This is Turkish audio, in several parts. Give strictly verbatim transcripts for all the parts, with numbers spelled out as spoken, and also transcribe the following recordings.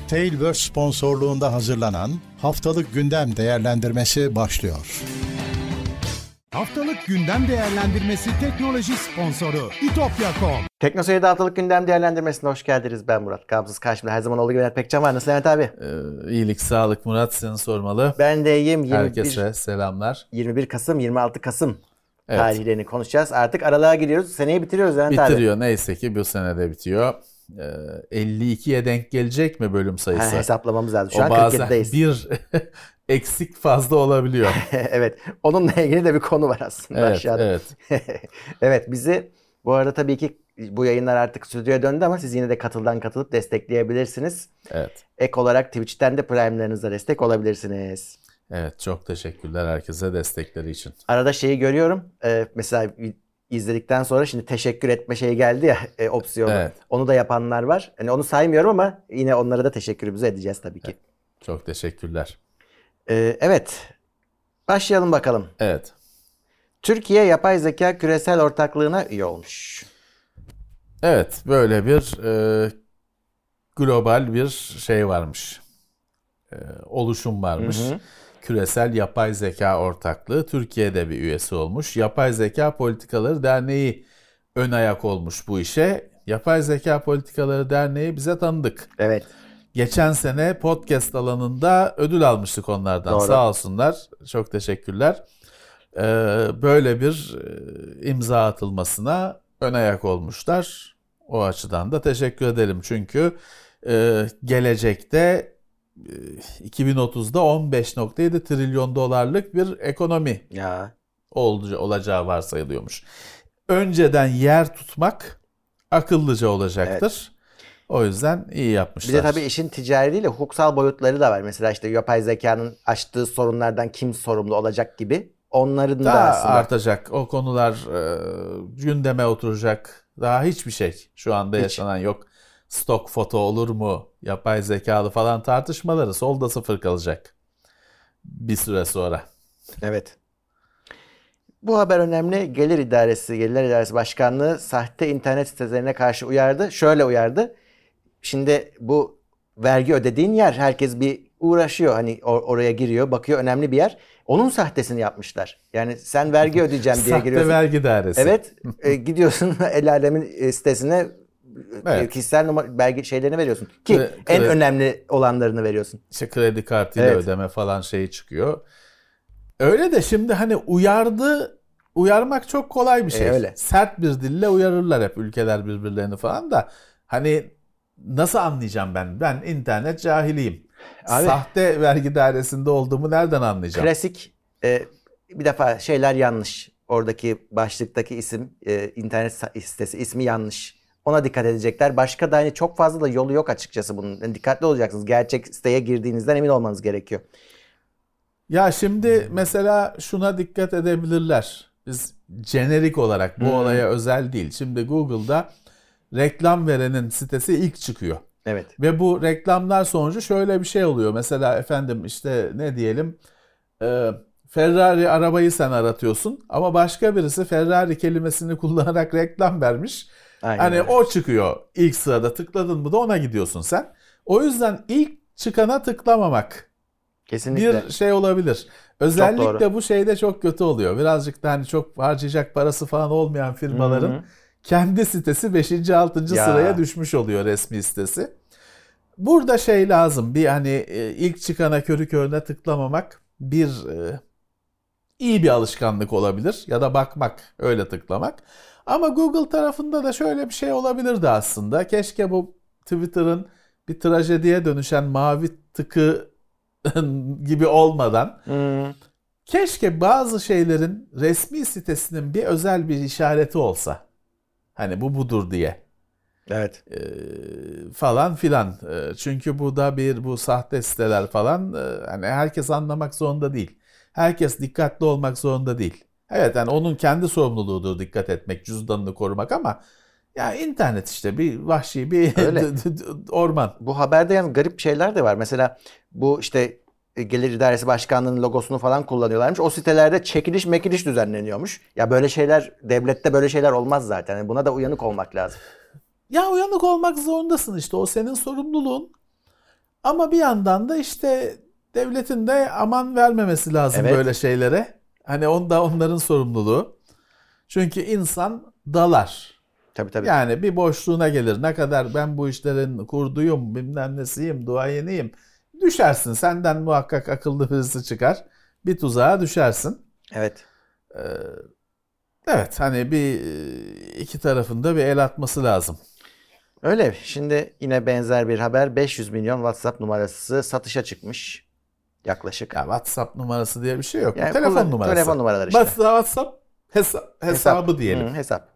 Tailverse sponsorluğunda hazırlanan Haftalık Gündem Değerlendirmesi başlıyor. Haftalık Gündem Değerlendirmesi teknoloji sponsoru itopya nokta com. Teknoseyir'de Haftalık Gündem Değerlendirmesi'ne hoş geldiniz. Ben Murat Gamsız. Karşımda her zaman olduğu gibi Levent Pekcan var. Nasıl Levent abi? Ee, iyilik, sağlık Murat, seni sormalı. Ben de iyiyim. yirmi bir, Herkese selamlar. yirmi bir Kasım, yirmi altı Kasım Evet. tarihlerini konuşacağız. Artık aralığa giriyoruz. Seneyi bitiriyoruz Levent abi. Bitiriyor. Neyse ki bu senede bitiyor. Ee, elli ikiye denk gelecek mi bölüm sayısı? Ha, hesaplamamız lazım. Şu o an bazen kırk yedideyiz. bir eksik fazla olabiliyor. Evet. Onunla ilgili de bir konu var aslında Evet, aşağıda. evet. Evet, bizi bu arada tabii ki bu yayınlar artık stüdyoya döndü ama siz yine de katıldan katılıp destekleyebilirsiniz. Evet. Ek olarak Twitch'ten de Prime'larınızla destek olabilirsiniz. Evet, çok teşekkürler herkese destekleri için. Arada şeyi görüyorum. Ee, mesela izledikten sonra şimdi teşekkür etme şeyi geldi ya e, opsiyonu. Evet. Onu da yapanlar var. Yani onu saymıyorum ama yine onlara da teşekkürümüzü edeceğiz tabii ki. Evet. Çok teşekkürler. Ee, evet. Başlayalım bakalım. Evet. Türkiye yapay zeka küresel ortaklığına üye olmuş. Evet, böyle bir e, global bir şey varmış. E, oluşum varmış. Hı hı. Küresel Yapay Zeka Ortaklığı. Türkiye'de bir üyesi olmuş. Yapay Zeka Politikaları Derneği ön ayak olmuş bu işe. Yapay Zeka Politikaları Derneği bize tanıdık. Evet. Geçen sene podcast alanında ödül almıştık onlardan. Doğru. Sağ olsunlar. Çok teşekkürler. Ee, böyle bir imza atılmasına ön ayak olmuşlar. O açıdan da teşekkür edelim. Çünkü e, gelecekte iki bin otuzda on beş nokta yedi trilyon dolarlık bir ekonomi Ya. olacağı varsayılıyormuş. Önceden yer tutmak akıllıca olacaktır. Evet. O yüzden iyi yapmışlar. Bir de tabii işin ticari değil de hukuksal boyutları da var. Mesela işte yapay zekanın açtığı sorunlardan kim sorumlu olacak gibi. Onların daha da aslında artacak. O konular e, gündeme oturacak. Daha hiçbir şey şu anda Hiç. yaşanan yok. Stok foto olur mu? Yapay zekalı falan tartışmaları solda sıfır kalacak. Bir süre sonra. Evet. Bu haber önemli. Gelir İdaresi, Gelirler İdaresi Başkanlığı sahte internet sitelerine karşı uyardı. Şöyle uyardı. Şimdi bu vergi ödediğin yer, herkes bir uğraşıyor. Hani or- oraya giriyor, bakıyor, önemli bir yer. Onun sahtesini yapmışlar. Yani sen vergi ödeyeceğim diye Sahte giriyorsun. vergi dairesi. Evet. e, gidiyorsun el alemin e, sitesine Evet. kişisel numara, belge şeylerini veriyorsun. Ki Kre- en kre- önemli olanlarını veriyorsun. İşte kredi kartıyla Evet. ödeme falan şeyi çıkıyor. Öyle de şimdi hani uyardı, uyarmak çok kolay bir şey. E, öyle. Sert bir dille uyarırlar hep ülkeler birbirlerini falan da. Hani nasıl anlayacağım ben? Ben internet cahiliyim. Abi, Sahte vergi dairesinde olduğumu nereden anlayacağım? Klasik e, bir defa şeyler yanlış. Oradaki başlıktaki isim, e, internet sitesi ismi yanlış. Ona dikkat edecekler. Başka da hani çok fazla da yolu yok açıkçası bunun. Yani dikkatli olacaksınız. Gerçek siteye girdiğinizden emin olmanız gerekiyor. Ya şimdi mesela şuna dikkat edebilirler. Biz jenerik olarak bu Hmm. olaya özel değil. Şimdi Google'da reklam verenin sitesi ilk çıkıyor. Evet. Ve bu reklamlar sonucu şöyle bir şey oluyor. Mesela efendim işte ne diyelim e, Ferrari arabayı sen aratıyorsun ama başka birisi Ferrari kelimesini kullanarak reklam vermiş. Aynen Hani öyle. o çıkıyor ilk sırada, tıkladın mı da ona gidiyorsun sen. O yüzden ilk çıkana tıklamamak Kesinlikle. bir şey olabilir. Özellikle bu şeyde çok kötü oluyor. Birazcık da hani çok harcayacak parası falan olmayan firmaların Hı-hı. kendi sitesi beşinci altıncı Ya. sıraya düşmüş oluyor, resmi sitesi. Burada şey lazım. Bir hani ilk çıkana körü körüne tıklamamak bir e, iyi bir alışkanlık olabilir. Ya da bakmak, öyle tıklamak. Ama Google tarafında da şöyle bir şey olabilirdi aslında. Keşke bu Twitter'ın bir trajediye dönüşen mavi tıkı gibi olmadan Hmm. keşke bazı şeylerin resmi sitesinin bir özel bir işareti olsa. Hani bu budur diye. Evet. Ee, falan filan. Ee, çünkü bu da bir bu sahte siteler falan e, hani herkes anlamak zorunda değil. Herkes dikkatli olmak zorunda değil. Evet, yani onun kendi sorumluluğudur dikkat etmek, cüzdanını korumak ama ya internet işte bir vahşi bir orman. Bu haberde yani garip şeyler de var. Mesela bu işte Gelir İdaresi Başkanlığı'nın logosunu falan kullanıyorlarmış. O sitelerde çekiliş mekiliş düzenleniyormuş. Ya böyle şeyler, devlette böyle şeyler olmaz zaten. Yani buna da uyanık olmak lazım. Ya uyanık olmak zorundasın işte. O senin sorumluluğun. Ama bir yandan da işte devletin de aman vermemesi lazım Evet. böyle şeylere. Hani onda onların sorumluluğu. Çünkü insan dalar. Tabii tabii. Yani bir boşluğuna gelir. Ne kadar ben bu işlerin kurduyum, bilmem nesiyim, duayeniyim. Düşersin. Senden muhakkak akıllı birisi çıkar. Bir tuzağa düşersin. Evet. Ee, evet hani bir iki tarafında bir el atması lazım. Öyle. Şimdi yine benzer bir haber. beş yüz milyon WhatsApp numarası satışa çıkmış. Yaklaşık. Ya WhatsApp numarası diye bir şey yok. Yani telefon kullan- numarası. telefon numaraları işte. WhatsApp hesa- hesabı diyelim. Hı, hesap.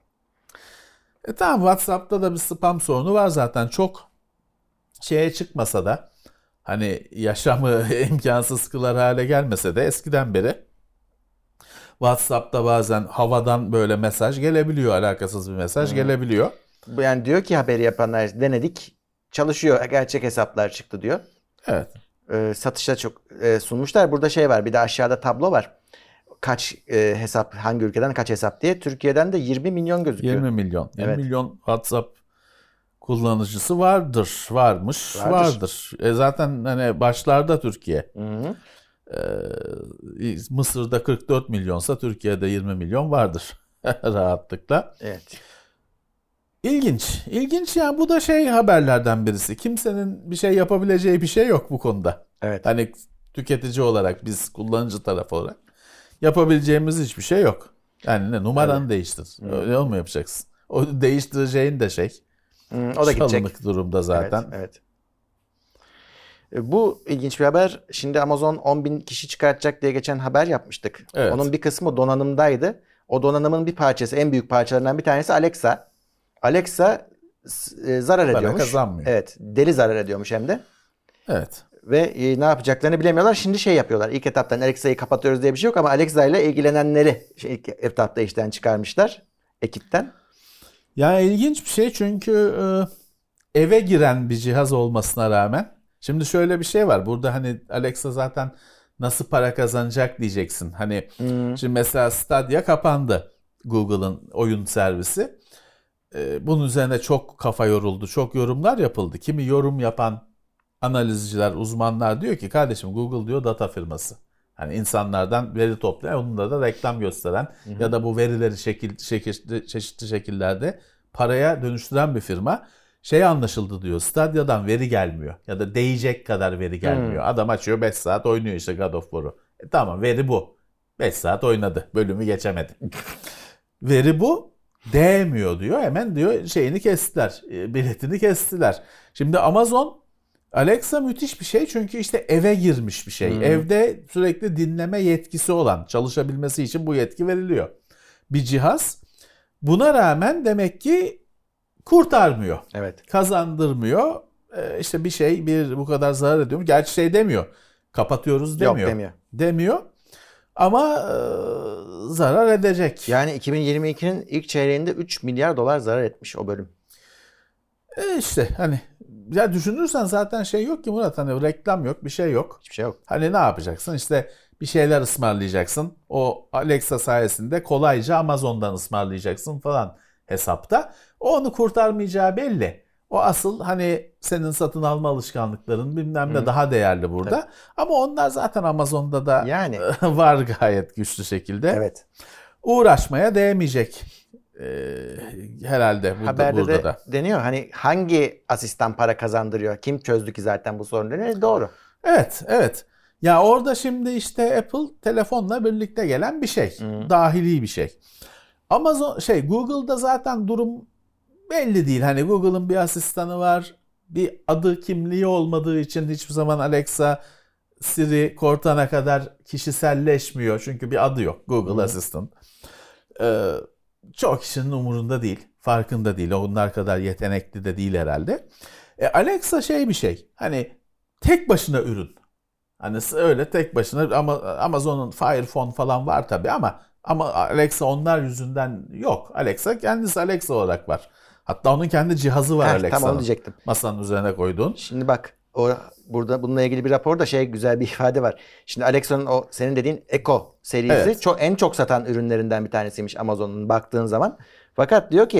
E tamam, WhatsApp'ta da bir spam sorunu var zaten. Çok şeye çıkmasa da hani yaşamı imkansız kılar hale gelmese de eskiden beri WhatsApp'ta bazen havadan böyle mesaj gelebiliyor. Alakasız bir mesaj Hı. gelebiliyor. Bu yani diyor ki haberi yapanlar denedik. Çalışıyor. Gerçek hesaplar çıktı diyor. Evet. Ee, satışa çok e, sunmuşlar. Burada şey var. Bir de aşağıda tablo var. Kaç e, hesap, hangi ülkeden kaç hesap diye. Türkiye'den de yirmi milyon gözüküyor. yirmi milyon. yirmi Evet. milyon WhatsApp kullanıcısı vardır. Varmış. Vardır. Vardır. E zaten hani başlarda Türkiye. Hı-hı. Ee, Mısır'da kırk dört milyonsa Türkiye'de yirmi milyon vardır. Rahatlıkla. Evet. İlginç. İlginç yani, bu da şey haberlerden birisi. Kimsenin bir şey yapabileceği bir şey yok bu konuda. Evet. Hani tüketici olarak, biz kullanıcı tarafı olarak yapabileceğimiz hiçbir şey yok. Yani ne, numaranı Evet. değiştir. Öyle mi yapacaksın? O değiştireceğin de şey. Hı, o da gidecek. Çalınık durumda zaten. Evet, evet. E, Bu ilginç bir haber. Şimdi Amazon on bin kişi çıkartacak diye geçen haber yapmıştık. Evet. Onun bir kısmı donanımdaydı. O donanımın bir parçası, en büyük parçalarından bir tanesi Alexa. Alexa s- e, zarar Para ediyormuş. kazanmıyor. Evet, deli zarar ediyormuş hem de. Evet. Ve e, ne yapacaklarını bilemiyorlar. Şimdi şey yapıyorlar. İlk etaptan Alexa'yı kapatıyoruz diye bir şey yok ama Alexa ile ilgilenenleri şey, ilk etapta işten çıkarmışlar ekipten. Ya ilginç bir şey çünkü e, eve giren bir cihaz olmasına rağmen, şimdi şöyle bir şey var. Burada hani Alexa zaten nasıl para kazanacak diyeceksin. Hani Hmm. şimdi mesela Stadia kapandı, Google'ın oyun servisi. E, bunun üzerine çok kafa yoruldu, çok yorumlar yapıldı. Kimi yorum yapan analizciler, uzmanlar diyor ki kardeşim, Google diyor data firması. Hani insanlardan veri toplayan, onunla da reklam gösteren Hı hı. ya da bu verileri şekil, şekil, çeşitli şekillerde paraya dönüştüren bir firma. Şey anlaşıldı diyor, Stadia'dan veri gelmiyor ya da değecek kadar veri gelmiyor. Adam açıyor beş saat oynuyor işte God of War'u. E tamam, veri bu. beş saat oynadı, bölümü geçemedi. Veri bu, değmiyor diyor. Hemen diyor şeyini kestiler, e, biletini kestiler. Şimdi Amazon, Alexa müthiş bir şey çünkü işte eve girmiş bir şey. Hmm. Evde sürekli dinleme yetkisi olan, çalışabilmesi için bu yetki veriliyor bir cihaz. Buna rağmen demek ki kurtarmıyor, Evet. kazandırmıyor. Ee, işte bir şey bir bu kadar zarar ediyor mu? Gerçi şey demiyor, kapatıyoruz demiyor. Yok demiyor. Demiyor ama e, zarar edecek. Yani iki bin yirmi ikinin ilk çeyreğinde üç milyar dolar zarar etmiş o bölüm. E işte hani ya düşünürsen zaten şey yok ki Murat, hani reklam yok, bir şey yok. Hiçbir şey yok. Hani ne yapacaksın? İşte bir şeyler ısmarlayacaksın. O Alexa sayesinde kolayca Amazon'dan ısmarlayacaksın falan hesapta. O onu kurtarmayacağı belli. O asıl hani senin satın alma alışkanlıkların bilmem ne Hı. daha değerli burada. Tabii. Ama onlar zaten Amazon'da da Yani. var gayet güçlü şekilde. Evet. Uğraşmaya değmeyecek ee, herhalde burada, Haberde burada de da. deniyor hani hangi asistan para kazandırıyor? Kim çözdü ki zaten bu sorunu deniyor. Doğru. Evet, evet. Ya orada şimdi işte Apple telefonla birlikte gelen bir şey. Hı. Dahili bir şey. Amazon şey Google'da zaten durum belli değil. Hani Google'ın bir asistanı var. Bir adı kimliği olmadığı için hiçbir zaman Alexa, Siri, Cortana kadar kişiselleşmiyor. Çünkü bir adı yok. Google Hı. Assistant. Ee, çok kişinin umurunda değil. Farkında değil. Onlar kadar yetenekli de değil herhalde. E, Alexa şey bir şey. Hani tek başına ürün. Hani öyle tek başına, ama Amazon'un Fire Phone falan var tabii ama ama Alexa onlar yüzünden yok. Alexa kendisi Alexa olarak var. Hatta onun kendi cihazı var Heh, Alexa'nın. tam onu diyecektim. Masanın üzerine koyduğun. Şimdi bak o burada bununla ilgili bir raporda şey güzel bir ifade var. Şimdi Alexa'nın o senin dediğin Echo serisi Evet. çok en çok satan ürünlerinden bir tanesiymiş Amazon'un baktığın zaman. Fakat diyor ki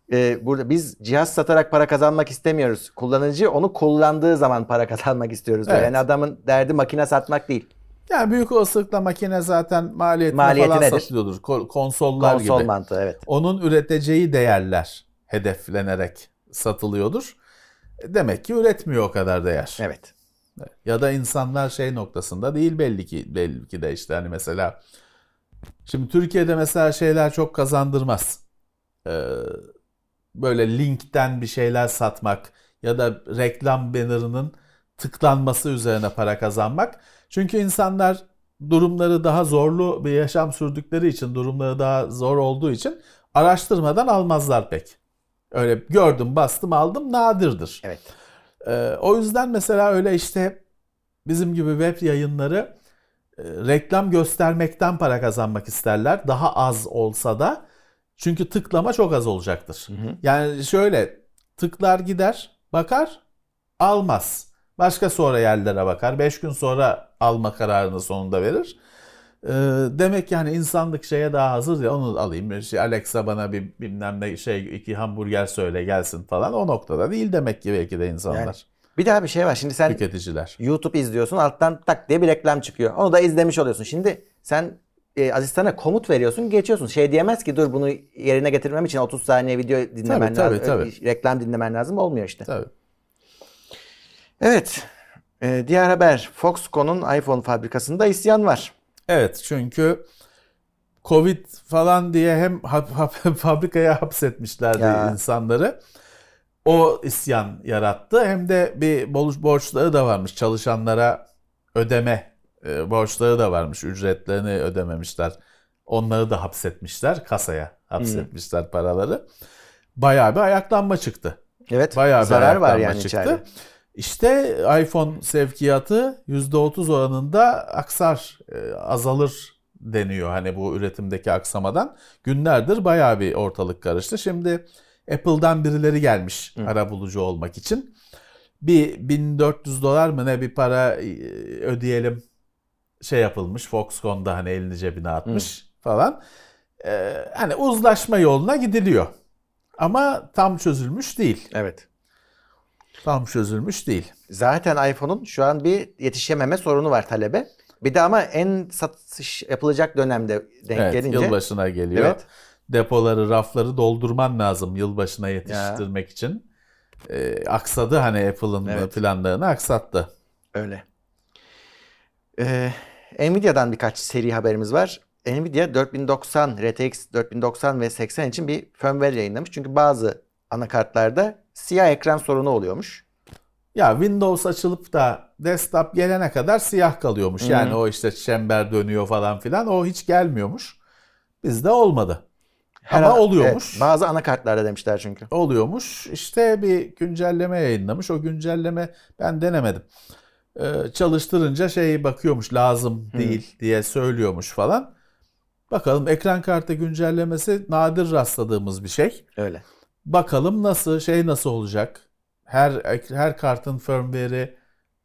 e, burada biz cihaz satarak para kazanmak istemiyoruz. Kullanıcı onu kullandığı zaman para kazanmak istiyoruz. Evet. Yani adamın derdi makine satmak değil. Yani büyük olasılıkla makine zaten maliyetine Maliyeti falan nedir? satılıyordur. Ko- konsollar Konsol gibi. mantığı, evet. Onun üreteceği değerler hedeflenerek satılıyordur. Demek ki üretmiyor o kadar değer. Evet. Ya da insanlar şey noktasında değil belli ki belli ki de işte hani mesela şimdi Türkiye'de mesela şeyler çok kazandırmaz. Ee, böyle linkten bir şeyler satmak ya da reklam bannerının tıklanması üzerine para kazanmak. Çünkü insanlar durumları daha zorlu bir yaşam sürdükleri için, durumları daha zor olduğu için araştırmadan almazlar pek. Öyle gördüm, bastım, aldım nadirdir. Evet. Ee, o yüzden mesela öyle işte bizim gibi web yayınları e, reklam göstermekten para kazanmak isterler. Daha az olsa da. Çünkü tıklama çok az olacaktır. Hı hı. Yani şöyle tıklar gider, bakar, almaz. Başka sonra yerlere bakar. beş gün sonra alma kararını sonunda verir. Ee, demek ki hani insanlık şeye daha hazır ya, onu alayım. İşte Alexa bana bir bilmem ne şey iki hamburger söyle gelsin falan. O noktada değil demek ki belki de insanlar. Yani, bir daha bir şey var. Şimdi sen tüketiciler. YouTube izliyorsun, alttan tak diye bir reklam çıkıyor. Onu da izlemiş oluyorsun. Şimdi sen e, asistana komut veriyorsun, geçiyorsun. Şey diyemez ki dur bunu yerine getirmem için otuz saniye video dinlemen tabii, lazım. tabii, tabii. Reklam dinlemen lazım. Olmuyor işte. Tabii. Evet. Ee, diğer haber. Foxconn'un iPhone fabrikasında isyan var. Evet, çünkü Covid falan diye hem fabrikaya hapsetmişlerdi ya. insanları. O isyan yarattı. Hem de bir borçları da varmış. Çalışanlara ödeme borçları da varmış. Ücretlerini ödememişler. Onları da hapsetmişler. Kasaya hapsetmişler hmm. paraları. Bayağı bir ayaklanma çıktı. Evet. Bayağı bir zarar ayaklanma var yani çıktı. içeride. İşte iPhone sevkiyatı yüzde otuz oranında aksar, azalır deniyor. Hani bu üretimdeki aksamadan. Günlerdir bayağı bir ortalık karıştı. Şimdi Apple'dan birileri gelmiş Hı. arabulucu olmak için. Bir bin dört yüz dolar mı ne bir para ödeyelim şey yapılmış. Foxconn'da hani elini cebine atmış Hı. falan. Ee, hani uzlaşma yoluna gidiliyor. Ama tam çözülmüş değil. Evet. Tam çözülmüş değil. Zaten iPhone'un şu an bir yetişememe sorunu var talebe. Bir de ama en satış yapılacak dönemde denk evet, gelince. Yılbaşına geliyor. Evet. Depoları, rafları doldurman lazım yılbaşına yetiştirmek ya. için. Ee, aksadı hani Apple'ın evet. planlarını aksattı. Öyle. Ee, Nvidia'dan birkaç seri haberimiz var. Nvidia dört bin doksan, R T X dört bin doksan ve seksen için bir firmware yayınlamış. Çünkü bazı anakartlarda siyah ekran sorunu oluyormuş. Ya Windows açılıp da desktop gelene kadar siyah kalıyormuş. Hmm. Yani o işte çember dönüyor falan filan. O hiç gelmiyormuş. Bizde olmadı. Her Ama oluyormuş. Evet, bazı anakartlarda demişler çünkü. Oluyormuş. İşte bir güncelleme yayınlamış. O güncelleme ben denemedim. Ee, çalıştırınca şey bakıyormuş lazım değil hmm. diye söylüyormuş falan. Bakalım ekran kartı güncellemesi nadir rastladığımız bir şey. Öyle. Bakalım nasıl şey nasıl olacak? Her her kartın firmware'i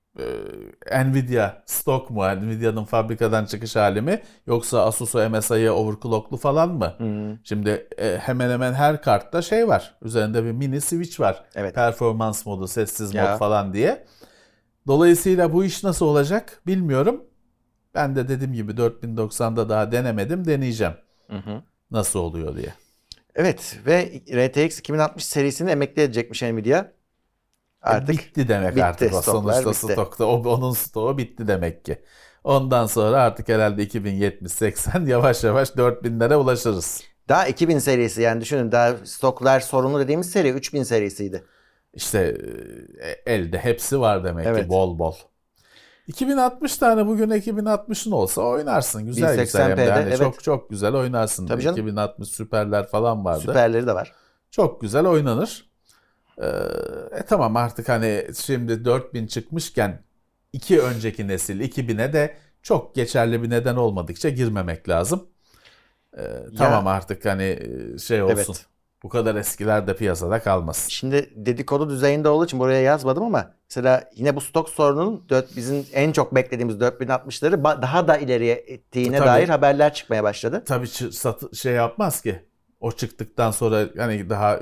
e, Nvidia stok mu? Nvidia'nın fabrikadan çıkış hali mi? Yoksa Asus'u M S I'ye overclocklu falan mı? Hmm. Şimdi e, hemen hemen her kartta şey var. Üzerinde bir mini switch var. Evet. Performans modu, sessiz ya. mod falan diye. Dolayısıyla bu iş nasıl olacak bilmiyorum. Ben de dediğim gibi dört bin doksanda daha denemedim. Deneyeceğim. Hı hı. Nasıl oluyor diye. Evet ve R T X iki bin altmış serisini emekli edecekmiş Nvidia. Artık e bitti demek bitti, artık o sonuçta bitti. Stokta. O, onun stoğu bitti demek ki. Ondan sonra artık herhalde iki bin yetmiş seksen yavaş yavaş dört binlere ulaşırız. Daha iki bin serisi yani düşünün daha stoklar sorunlu dediğimiz seri üç bin serisiydi. İşte elde hepsi var demek evet. ki bol bol. iki bin altmış tane bugün iki bin altmışın olsa oynarsın. Güzel güzel hem de. Yani evet. Çok çok güzel oynarsın. Tabii canım. iki bin altmış süperler falan vardı. Süperleri de var. Çok güzel oynanır. Ee, e tamam artık hani şimdi dört bin çıkmışken iki önceki nesil iki bine de çok geçerli bir neden olmadıkça girmemek lazım. Ee, tamam artık hani şey olsun. Evet. Bu kadar eskiler de piyasada kalmasın. Şimdi dedikodu düzeyinde olduğu için buraya yazmadım ama mesela yine bu stok sorununun bizim en çok beklediğimiz dört bin altmışları daha da ileriye ettiğine tabii, dair haberler çıkmaya başladı. Tabii satı, şey yapmaz ki. O çıktıktan sonra hani daha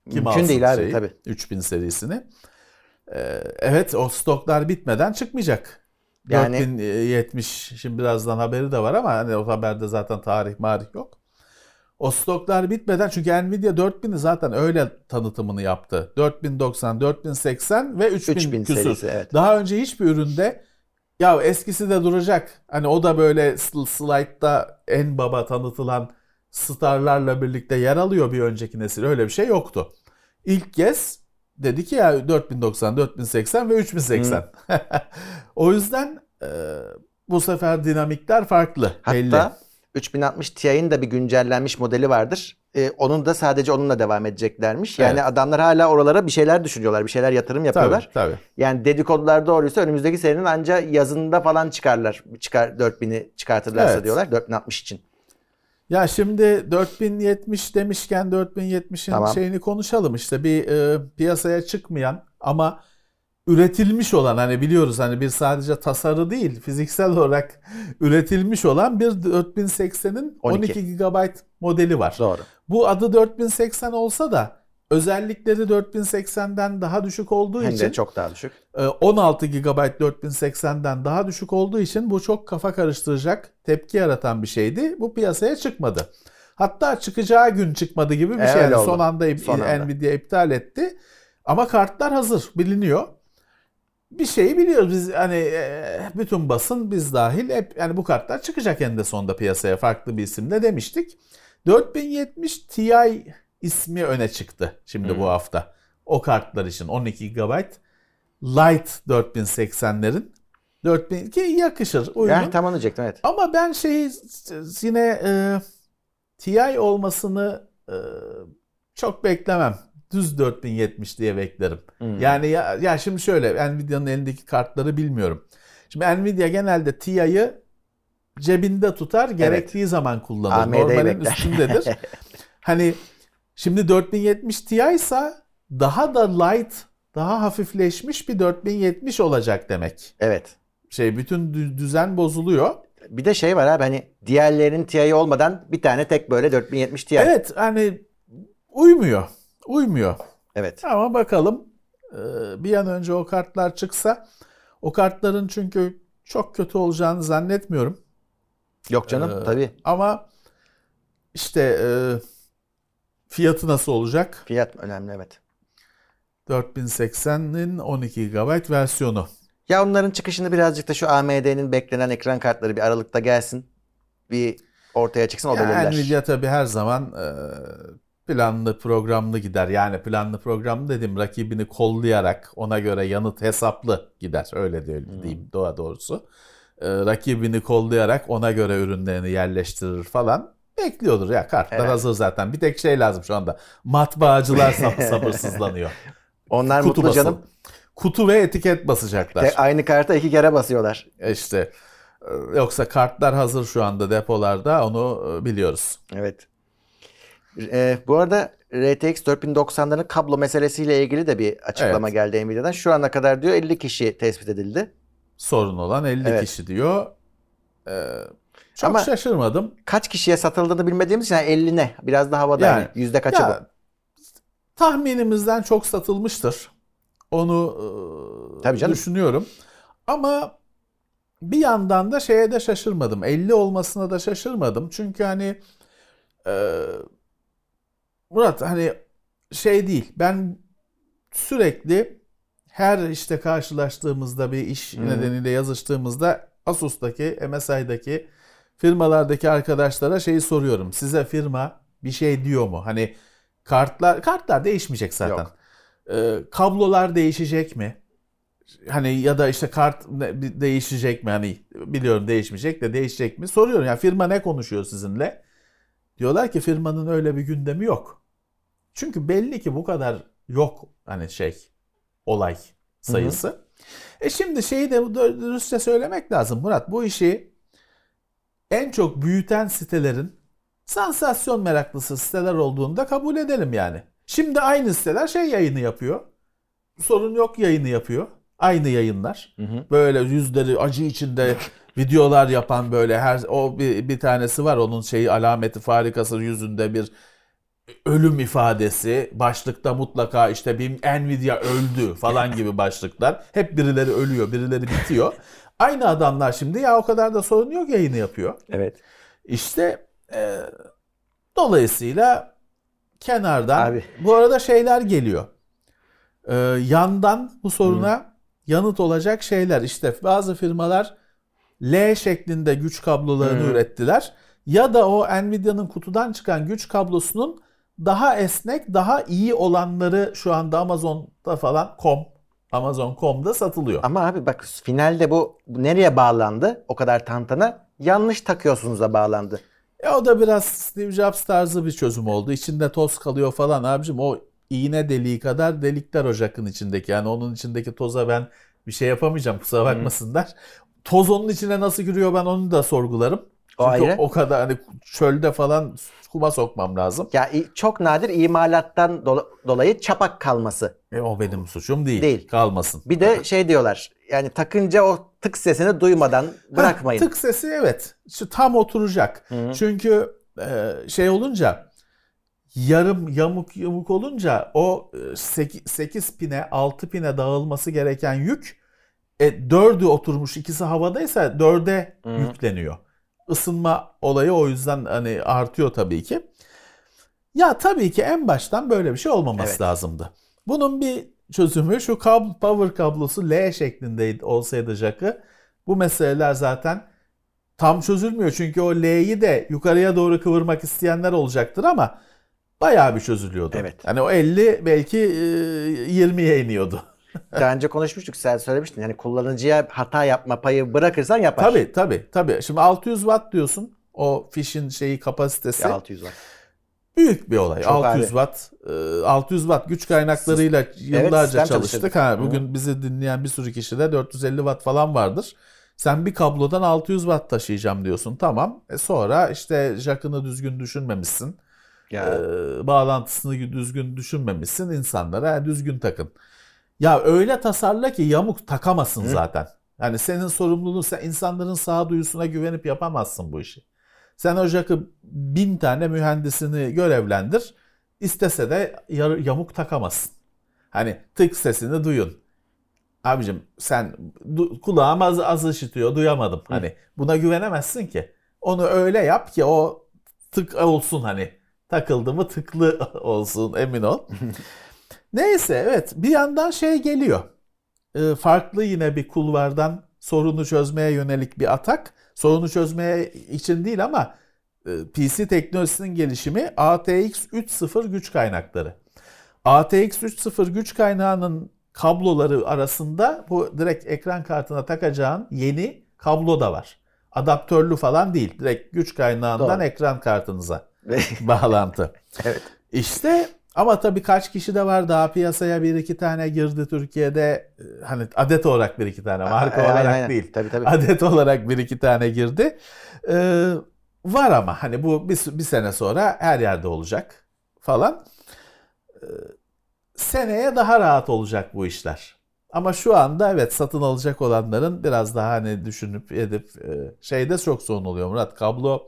Kim Mümkün değil abi şeyi, tabii. üç bin serisini. Ee, evet o stoklar bitmeden çıkmayacak. Yani, dört bin yetmiş şimdi birazdan haberi de var ama hani o haberde zaten tarih marih yok. O stoklar bitmeden çünkü Nvidia dört bini zaten öyle tanıtımını yaptı. dört bin doksan, dört bin seksen ve üç bin, üç bin küsur. serisi, evet. Daha önce hiçbir üründe ya eskisi de duracak. Hani o da böyle slide'da en baba tanıtılan starlarla birlikte yer alıyor bir önceki nesil. Öyle bir şey yoktu. İlk kez dedi ki ya dört bin doksan, dört bin seksen ve üç bin seksen. Hmm. O yüzden e, bu sefer dinamikler farklı. Hatta belli. üç bin altmış Ti'nin de bir güncellenmiş modeli vardır. Ee, onun da sadece onunla devam edeceklermiş. Yani evet. Adamlar hala oralara bir şeyler düşünüyorlar. Bir şeyler yatırım yapıyorlar. Tabii, tabii. Yani dedikodular doğruysa önümüzdeki serinin anca yazında falan çıkarlar. Çıkar, dört bini çıkartırlarsa evet. diyorlar. dört bin altmış için. Ya şimdi dört bin yetmiş demişken dört bin yetmişin tamam. şeyini konuşalım. İşte bir e, piyasaya çıkmayan ama üretilmiş olan, hani biliyoruz hani bir sadece tasarı değil fiziksel olarak üretilmiş olan bir dört bin seksenin on iki gigabayt modeli var. Doğru. Bu adı dört bin seksen olsa da özellikleri dört bin seksenden daha düşük olduğu Hem için de çok daha düşük. on altı gigabayt dört bin seksenden daha düşük olduğu için bu çok kafa karıştıracak, tepki yaratan bir şeydi. Bu piyasaya çıkmadı. Hatta çıkacağı gün çıkmadı gibi bir e, şey. Yani son son anda, son anda Nvidia iptal etti. Ama kartlar hazır, biliniyor. Bir şeyi biliyoruz biz, hani bütün basın biz dahil hep yani bu kartlar çıkacak eninde sonunda piyasaya farklı bir isimle demiştik. dört bin yetmiş Ti ismi öne çıktı şimdi hmm. bu hafta. O kartlar için on iki gigabayt Lite dört bin seksenlerin dört bin ki yakışır, uygun. Yani tam anlayacaktım, evet. Ama ben şeyi yine e, Ti olmasını e, çok beklemem. Düz dört bin yetmiş diye beklerim. Hmm. Yani ya, ya şimdi şöyle, Nvidia'nın elindeki kartları bilmiyorum. Şimdi Nvidia genelde Ti'yi cebinde tutar, gerektiği evet. zaman kullanır. A M D'yi normalin bekler. üstündedir. Hani şimdi dört bin yetmiş Ti ise daha da light, daha hafifleşmiş bir dört bin yetmiş olacak demek. Evet. Şey, bütün düzen bozuluyor. Bir de şey var abi, hani diğerlerinin Ti'yi olmadan bir tane tek böyle dört bin yetmiş Ti. Evet, hani uymuyor. Uymuyor. Evet. Ama bakalım bir an önce o kartlar çıksa, o kartların çünkü çok kötü olacağını zannetmiyorum. Yok canım ee, tabii. Ama işte e, fiyatı nasıl olacak? Fiyat önemli, evet. dört bin seksenin on iki gigabayt versiyonu. Ya onların çıkışını birazcık da şu A M D'nin beklenen ekran kartları bir Aralık'ta gelsin. Bir ortaya çıksın, o yani belirler. Nvidia tabii her zaman e, planlı programlı gider. Yani planlı programlı dedim, rakibini kollayarak ona göre yanıt hesaplı gider. Öyle diyeyim hmm. doğa doğrusu. Ee, rakibini kollayarak ona göre ürünlerini yerleştirir falan. Bekliyordur ya, kartlar evet. hazır zaten. Bir tek şey lazım şu anda. Matbaacılar sabırsızlanıyor. Onlar kutu mutlu canım. Kutu ve etiket basacaklar. De, aynı karta iki kere basıyorlar. İşte yoksa kartlar hazır şu anda depolarda, onu biliyoruz. Evet. Ee, bu arada R T X dört bin doksanların kablo meselesiyle ilgili de bir açıklama evet. geldi Nvidia'dan. Şu ana kadar diyor elli kişi tespit edildi. Sorun olan elli evet. kişi diyor. Ee, çok Ama şaşırmadım. Kaç kişiye satıldığını bilmediğimiz için yani elline biraz daha havada. Yani, yüzde kaçı ya, bu? Tahminimizden çok satılmıştır. Onu Tabii canım. düşünüyorum. Ama bir yandan da şeye de şaşırmadım. elli olmasına da şaşırmadım. Çünkü hani e, Murat, hani şey değil, ben sürekli her işte karşılaştığımızda, bir iş hmm. nedeniyle yazıştığımızda Asus'taki, M S I'daki firmalardaki arkadaşlara şeyi soruyorum. Size firma bir şey diyor mu? Hani kartlar kartlar değişmeyecek zaten. Ee, kablolar değişecek mi? Hani ya da işte kart değişecek mi? Hani biliyorum değişmeyecek de değişecek mi? Soruyorum. Yani firma ne konuşuyor sizinle? Diyorlar ki firmanın öyle bir gündemi yok. Çünkü belli ki bu kadar yok hani şey olay sayısı. Hı hı. E şimdi şeyi de dürüstçe söylemek lazım Murat. Bu işi en çok büyüten sitelerin sansasyon meraklısı siteler olduğunu da kabul edelim yani. Şimdi aynı siteler şey yayını yapıyor. Sorun yok yayını yapıyor. Aynı yayınlar. Hı hı. Böyle yüzleri acı içinde videolar yapan, böyle her o bir, bir tanesi var, onun şeyi alameti farikası yüzünde bir ölüm ifadesi, başlıkta mutlaka işte bir Nvidia öldü falan gibi başlıklar. Hep birileri ölüyor, birileri bitiyor. Aynı adamlar şimdi ya o kadar da sorun yok yayını yapıyor. Evet. İşte e, dolayısıyla kenardan Abi. bu arada şeyler geliyor. E, yandan bu soruna hmm. yanıt olacak şeyler. İşte bazı firmalar L şeklinde güç kablolarını hmm. ürettiler. Ya da o Nvidia'nın kutudan çıkan güç kablosunun daha esnek, daha iyi olanları şu anda Amazon'da falan com, Amazon nokta com'da satılıyor. Ama abi bak finalde bu nereye bağlandı? O kadar tantana yanlış takıyorsunuz da bağlandı. E o da biraz Steve Jobs tarzı bir çözüm oldu. İçinde toz kalıyor falan abicim. O iğne deliği kadar delikler o jack'ın içindeki. Yani onun içindeki toza ben bir şey yapamayacağım, kusura bakmasınlar. Hmm. Toz onun içine nasıl giriyor ben onu da sorgularım. O Çünkü ayrı. O, o kadar hani çölde falan kuma sokmam lazım. Ya çok nadir imalattan do- dolayı çapak kalması. E o benim suçum değil. Değil. Kalmasın. Bir de şey diyorlar. Yani takınca o tık sesini duymadan bırakmayın. Ha, tık sesi evet. Şu tam oturacak. Hı-hı. Çünkü e, şey olunca yarım yamuk yamuk olunca o sekiz pine altı pine dağılması gereken yük e, dördü oturmuş, ikisi havadaysa dörde Hı-hı. yükleniyor. Isınma olayı o yüzden hani artıyor tabii ki. Ya tabii ki en baştan böyle bir şey olmaması evet. lazımdı. Bunun bir çözümü şu kablo, power kablosu L şeklinde olsaydı jack'ı bu meseleler zaten tam çözülmüyor. Çünkü o L'yi de yukarıya doğru kıvırmak isteyenler olacaktır ama bayağı bir çözülüyordu. Evet. Hani o elli belki yirmiye iniyordu. Daha önce konuşmuştuk, sen söylemiştin. Yani kullanıcıya hata yapma payı bırakırsan yapar. Tabii tabii tabii. Şimdi altı yüz watt diyorsun. O fişin şeyi kapasitesi. Ya altı yüz watt. Büyük bir olay. Çok altı yüz watt. altı yüz watt güç kaynaklarıyla yıllarca evet, çalıştık. Ha, bugün Hı. bizi dinleyen bir sürü kişi de dört yüz elli watt falan vardır. Sen bir kablodan altı yüz watt taşıyacağım diyorsun. Tamam. E sonra işte jack'ını düzgün düşünmemişsin. Ya. Ee, bağlantısını düzgün düşünmemişsin. İnsanlara düzgün takın. Ya öyle tasarla ki yamuk takamasın Hı. zaten. Yani senin sorumluluğun, sen insanların sağduyusuna güvenip yapamazsın bu işi. Sen o jack'ı bin tane mühendisini görevlendir. İstese de yamuk takamazsın. Hani tık sesini duyun. Abicim sen du- kulağım az, az işitiyor, duyamadım. Hı. Hani buna güvenemezsin ki. Onu öyle yap ki o tık olsun, hani takıldı mı tıklı olsun, emin ol. Neyse evet, bir yandan şey geliyor. E, farklı yine bir kulvardan sorunu çözmeye yönelik bir atak. Sorunu çözmeye için değil ama e, P C teknolojisinin gelişimi A T X üç nokta sıfır güç kaynakları. A T X üç nokta sıfır güç kaynağının kabloları arasında bu direkt ekran kartına takacağın yeni kablo da var. Adaptörlü falan değil. Direkt güç kaynağından Doğru. ekran kartınıza bağlantı. Evet. İşte ama tabii kaç kişi de var daha piyasaya bir iki tane girdi Türkiye'de, hani adet olarak bir iki tane, marka aynen, olarak aynen. değil. Tabii, tabii. Adet olarak bir iki tane girdi. Ee, var ama hani bu bir, bir sene sonra her yerde olacak falan. Ee, seneye daha rahat olacak bu işler. Ama şu anda evet, satın alacak olanların biraz daha hani düşünüp edip e, şeyde çok sorun oluyor Murat. Kablo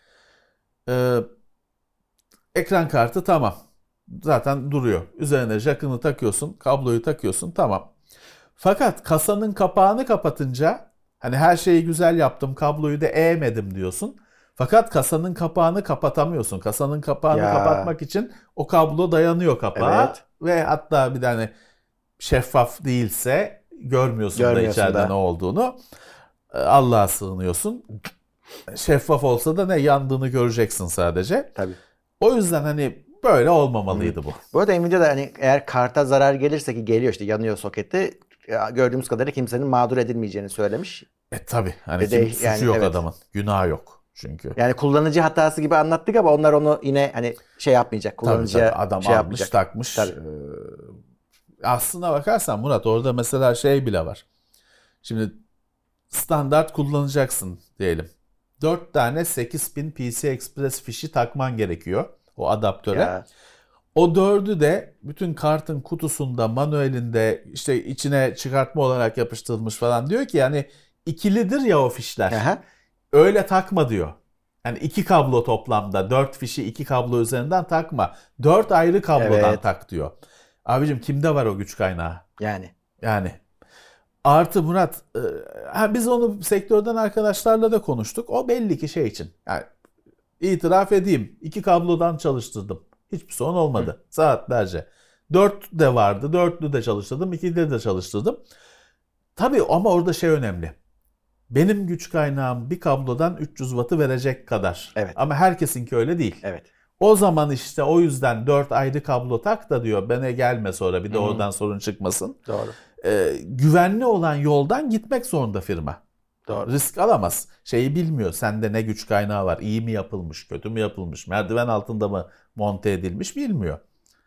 e, ekran kartı tamam. Zaten duruyor. Üzerine jack'ını takıyorsun, kabloyu takıyorsun, tamam. Fakat kasanın kapağını kapatınca hani her şeyi güzel yaptım, kabloyu da eğmedim diyorsun. Fakat kasanın kapağını kapatamıyorsun. Kasanın kapağını ya. kapatmak için o kablo dayanıyor kapağa evet. ve hatta bir tane şeffaf değilse görmüyorsun, görmüyorsun da içeride da. ne olduğunu. Allah'a sığınıyorsun. Şeffaf olsa da ne yandığını göreceksin sadece. Tabii. O yüzden hani böyle olmamalıydı bu. Bu arada Nvidia'da hani eğer karta zarar gelirse, ki geliyor işte, yanıyor soketi, gördüğümüz kadarıyla kimsenin mağdur edilmeyeceğini söylemiş. E tabii. Hani kim, suçu yani, yok evet. adamın. Günah yok çünkü. Yani kullanıcı hatası gibi anlattık ama onlar onu yine hani şey yapmayacak. Kullanıcıya tabii, tabii. Adam şey almış yapmayacak. takmış. Tabii. Ee, aslına bakarsan Murat, orada mesela şey bile var. Şimdi standart kullanacaksın diyelim. dört tane sekiz pin P C Express fişi takman gerekiyor o adaptöre. Ya. O dördü de bütün kartın kutusunda, manuelinde işte içine çıkartma olarak yapıştırılmış falan, diyor ki yani ikilidir ya o fişler. Aha. Öyle takma diyor. Yani iki kablo toplamda. Dört fişi iki kablo üzerinden takma. Dört ayrı kablodan Evet. tak diyor. Abicim kimde var o güç kaynağı? Yani. Yani. Artı Murat, e, ha biz onu sektörden arkadaşlarla da konuştuk. O belli ki şey için. Yani itiraf edeyim. iki kablodan çalıştırdım. Hiçbir sorun olmadı. Hı. Saatlerce. Dört de vardı. Dörtlü de çalıştırdım. ikide de çalıştırdım. Tabii ama orada şey önemli. Benim güç kaynağım bir kablodan üç yüz wattı verecek kadar. Evet. Ama herkesinki öyle değil. Evet. O zaman işte o yüzden dört ayrı kablo tak da diyor bana gelme sonra bir de Hı. oradan sorun çıkmasın. Doğru. Ee, güvenli olan yoldan gitmek zorunda firma. Doğru. Risk alamaz. Şeyi bilmiyor. Sende ne güç kaynağı var? İyi mi yapılmış? Kötü mü yapılmış? Merdiven altında mı monte edilmiş? Bilmiyor.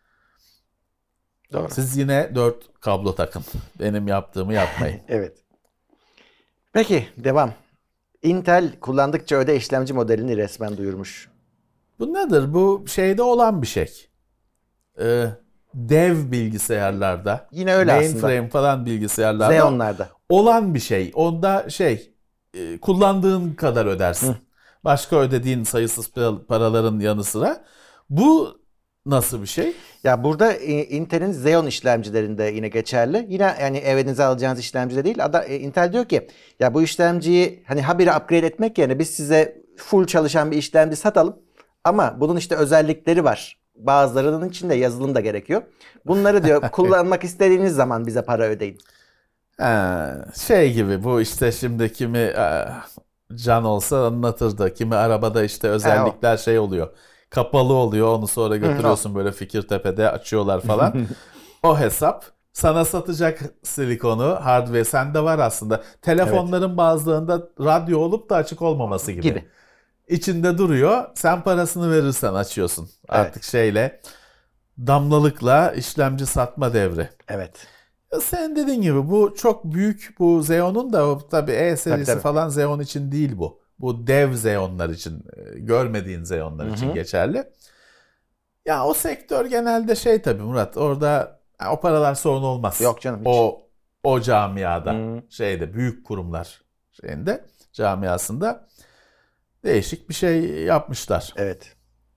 Doğru. Siz yine dört kablo takın. Benim yaptığımı yapmayın. Evet. Peki devam. Intel kullandıkça öde işlemci modelini resmen duyurmuş. Bu nedir? Bu şeyde olan bir şey. Ee, dev bilgisayarlarda. Yine öyle aslında. Mainframe falan bilgisayarlarda. Xeon'larda. Olan bir şey. Onda şey e, kullandığın kadar ödersin. Hı. Başka ödediğin sayısız paraların yanı sıra. Bu nasıl bir şey? Ya burada Intel'in Xeon işlemcilerinde yine geçerli. Yine yani evinize alacağınız işlemcide değil. Intel diyor ki ya bu işlemciyi hani habire upgrade etmek yerine biz size full çalışan bir işlemci satalım. Ama bunun işte özellikleri var. Bazılarının içinde yazılım da gerekiyor. Bunları diyor kullanmak istediğiniz zaman bize para ödeyin. Ha, şey gibi bu işte şimdi kimi can olsa anlatırdı. Kimi arabada işte özellikler şey oluyor. Kapalı oluyor onu sonra götürüyorsun böyle Fikirtepe'de açıyorlar falan. O hesap sana satacak silikonu, hardware sende var aslında. Telefonların evet. bazılarında radyo olup da açık olmaması gibi. gibi. İçinde duruyor. Sen parasını verirsen açıyorsun. Evet. Artık şeyle damlalıkla işlemci satma devri. Evet. Sen dediğin gibi bu çok büyük bu Xeon'un da tabii E serisi tabii, tabii. falan Xeon için değil bu. Bu dev Xeon'lar için, görmediğin Xeon'lar Hı-hı. için geçerli. Ya o sektör genelde şey tabii Murat orada o paralar sorun olmaz. Yok canım hiç. O o camiada Hı-hı. şeyde büyük kurumlar şeyinde camiasında değişik bir şey yapmışlar. Evet.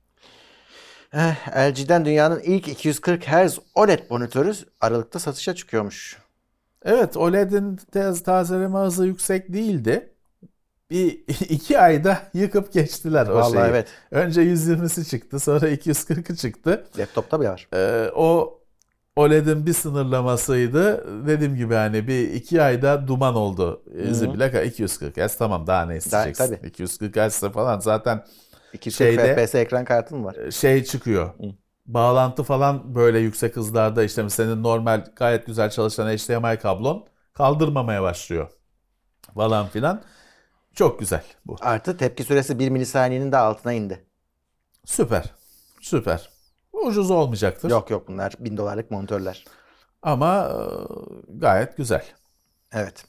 L G'den dünyanın ilk iki yüz kırk hertz O L E D monitörü Aralık'ta satışa çıkıyormuş. Evet, O L E D'in tez tazeleme hızı yüksek değildi. Bir iki ayda yıkıp geçtiler o Vallahi şeyi. Evet. Önce yüz yirmisi çıktı, sonra iki yüz kırkı çıktı. Laptopta bir var. Ee, o O L E D'in bir sınırlamasıydı. Dediğim gibi hani bir iki ayda duman oldu. İzi bile iki yüz kırk hertz tamam daha ne isteyeceksin? Daha, iki yüz kırk hertz falan zaten iki yüz kırk şeyde, F P S ekran kartın mı var? Şey çıkıyor. Hı. Bağlantı falan böyle yüksek hızlarda işte senin normal gayet güzel çalışan H D M I kablon kaldırmamaya başlıyor. Falan filan. Çok güzel bu. Artı tepki süresi bir milisaniyenin de altına indi. Süper. Süper. Ucuz olmayacaktır. Yok yok bunlar bin dolarlık monitörler. Ama e, gayet güzel. Evet.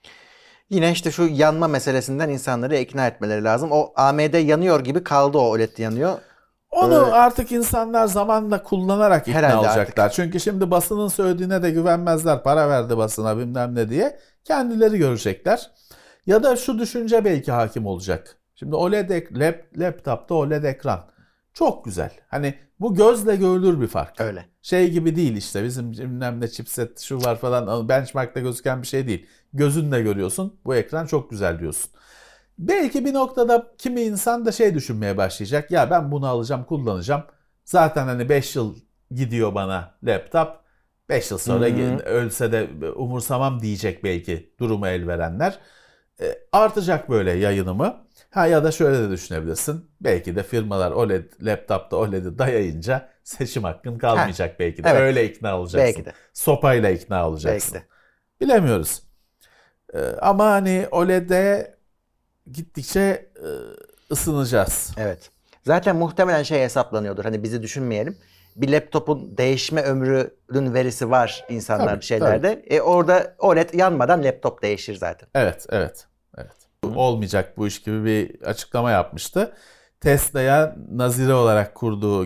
Yine işte şu yanma meselesinden insanları ikna etmeleri lazım. O A M D yanıyor gibi kaldı o O L E D yanıyor. Onu ee, artık insanlar zamanla kullanarak ikna olacaklar. Artık. Çünkü şimdi basının söylediğine de güvenmezler. Para verdi basına bilmem ne diye. Kendileri görecekler. Ya da şu düşünce belki hakim olacak. Şimdi O L E D lap, laptopta O L E D ekran. Çok güzel. Hani bu gözle görülür bir fark. Öyle. Şey gibi değil işte bizim bilmem ne chipset şu var falan benchmark'ta gözüken bir şey değil. Gözünle görüyorsun. Bu ekran çok güzel diyorsun. Belki bir noktada kimi insan da şey düşünmeye başlayacak. Ya ben bunu alacağım, kullanacağım. Zaten hani beş yıl gidiyor bana laptop. beş yıl sonra Hı-hı. ölse de umursamam diyecek belki durumu el verenler. E, artacak böyle yayınımı. Ha ya da şöyle de düşünebilirsin. Belki de firmalar O L E D laptopta O L E D'yi dayayınca seçim hakkın kalmayacak ha, belki de. Evet. Öyle ikna olacaksın. Belki de. Sopayla ikna olacaksın. Belki de. Bilemiyoruz. Ee, ama hani O L E D'ye gittikçe e, ısınacağız. Evet. Zaten muhtemelen şey hesaplanıyordur. Hani bizi düşünmeyelim. Bir laptopun değişme ömrünün verisi var insanlar tabii, şeylerde. Tabii. E orada O L E D yanmadan laptop değişir zaten. Evet, evet. Evet. Olmayacak bu iş gibi bir açıklama yapmıştı. Tesla'ya nazire olarak kurduğu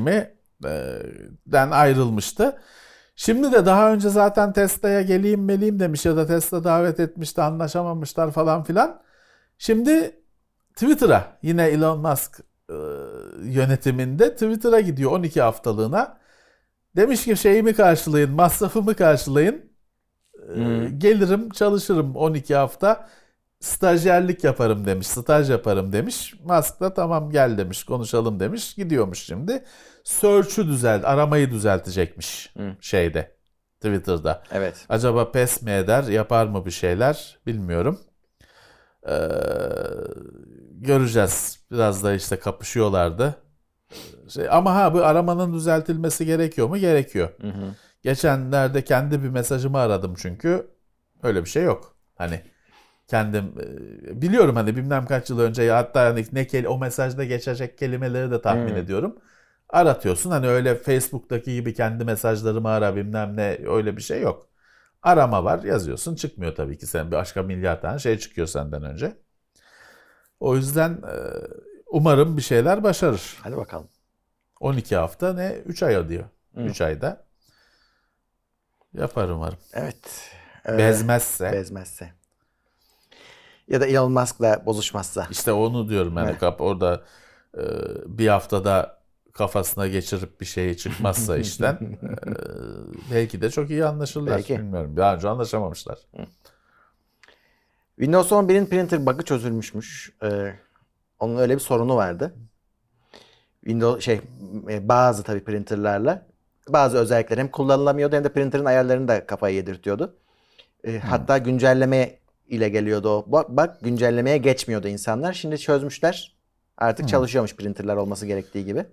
girişimden ayrılmıştı. Şimdi de daha önce zaten Tesla'ya geleyim meleyim demiş ya da Tesla davet etmişti anlaşamamışlar falan filan. Şimdi Twitter'a, yine Elon Musk e, yönetiminde Twitter'a gidiyor on iki haftalığına. Demiş ki şeyimi karşılayın, masrafımı karşılayın. E, hmm. Gelirim, çalışırım on iki hafta. Stajyerlik yaparım demiş, staj yaparım demiş. Musk da tamam gel demiş, konuşalım demiş. Gidiyormuş şimdi. Search'ü düzelt, aramayı düzeltecekmiş hmm. şeyde, Twitter'da. Evet. Acaba pes mi eder, yapar mı bir şeyler bilmiyorum. Ee, göreceğiz. Biraz da işte kapışıyorlardı. Şey, ama ha bu aramanın düzeltilmesi gerekiyor mu? Gerekiyor. Hı hı. Geçenlerde kendi bir mesajımı aradım çünkü öyle bir şey yok. Hani kendim biliyorum hani bilmem kaç yıl önce ya hatta hani ne o mesajda geçecek kelimeleri de tahmin hmm. ediyorum. Aratıyorsun hani öyle Facebook'taki gibi kendi mesajlarımı ara bilmem ne öyle bir şey yok. Arama var yazıyorsun çıkmıyor tabii ki sen başka milyar tane şey çıkıyor senden önce. O yüzden umarım bir şeyler başarır. Hadi bakalım. on iki hafta ne üç ay diyor. Hmm. üç ayda yapar umarım. Evet. Ee, bezmezse. Bezmezse. Ya da Elon Musk'la bozuşmazsa. İşte onu diyorum yani evet. Orada e, bir haftada kafasına geçirip bir şey çıkmazsa işten e, belki de çok iyi anlaşırlar. Belki. Bilmiyorum. Daha önce anlaşamamışlar. Windows on birin printer bug'ı çözülmüşmüş. Ee, onun öyle bir sorunu vardı. Windows şey bazı tabii printerlarla bazı özellikler hem kullanılamıyordu hem de printer'ın ayarlarını da kafayı yedirtiyordu. Ee, hmm. Hatta güncelleme ile geliyordu o. Bak güncellemeye geçmiyordu insanlar. Şimdi çözmüşler. Artık hmm. çalışıyormuş printerlar olması gerektiği gibi.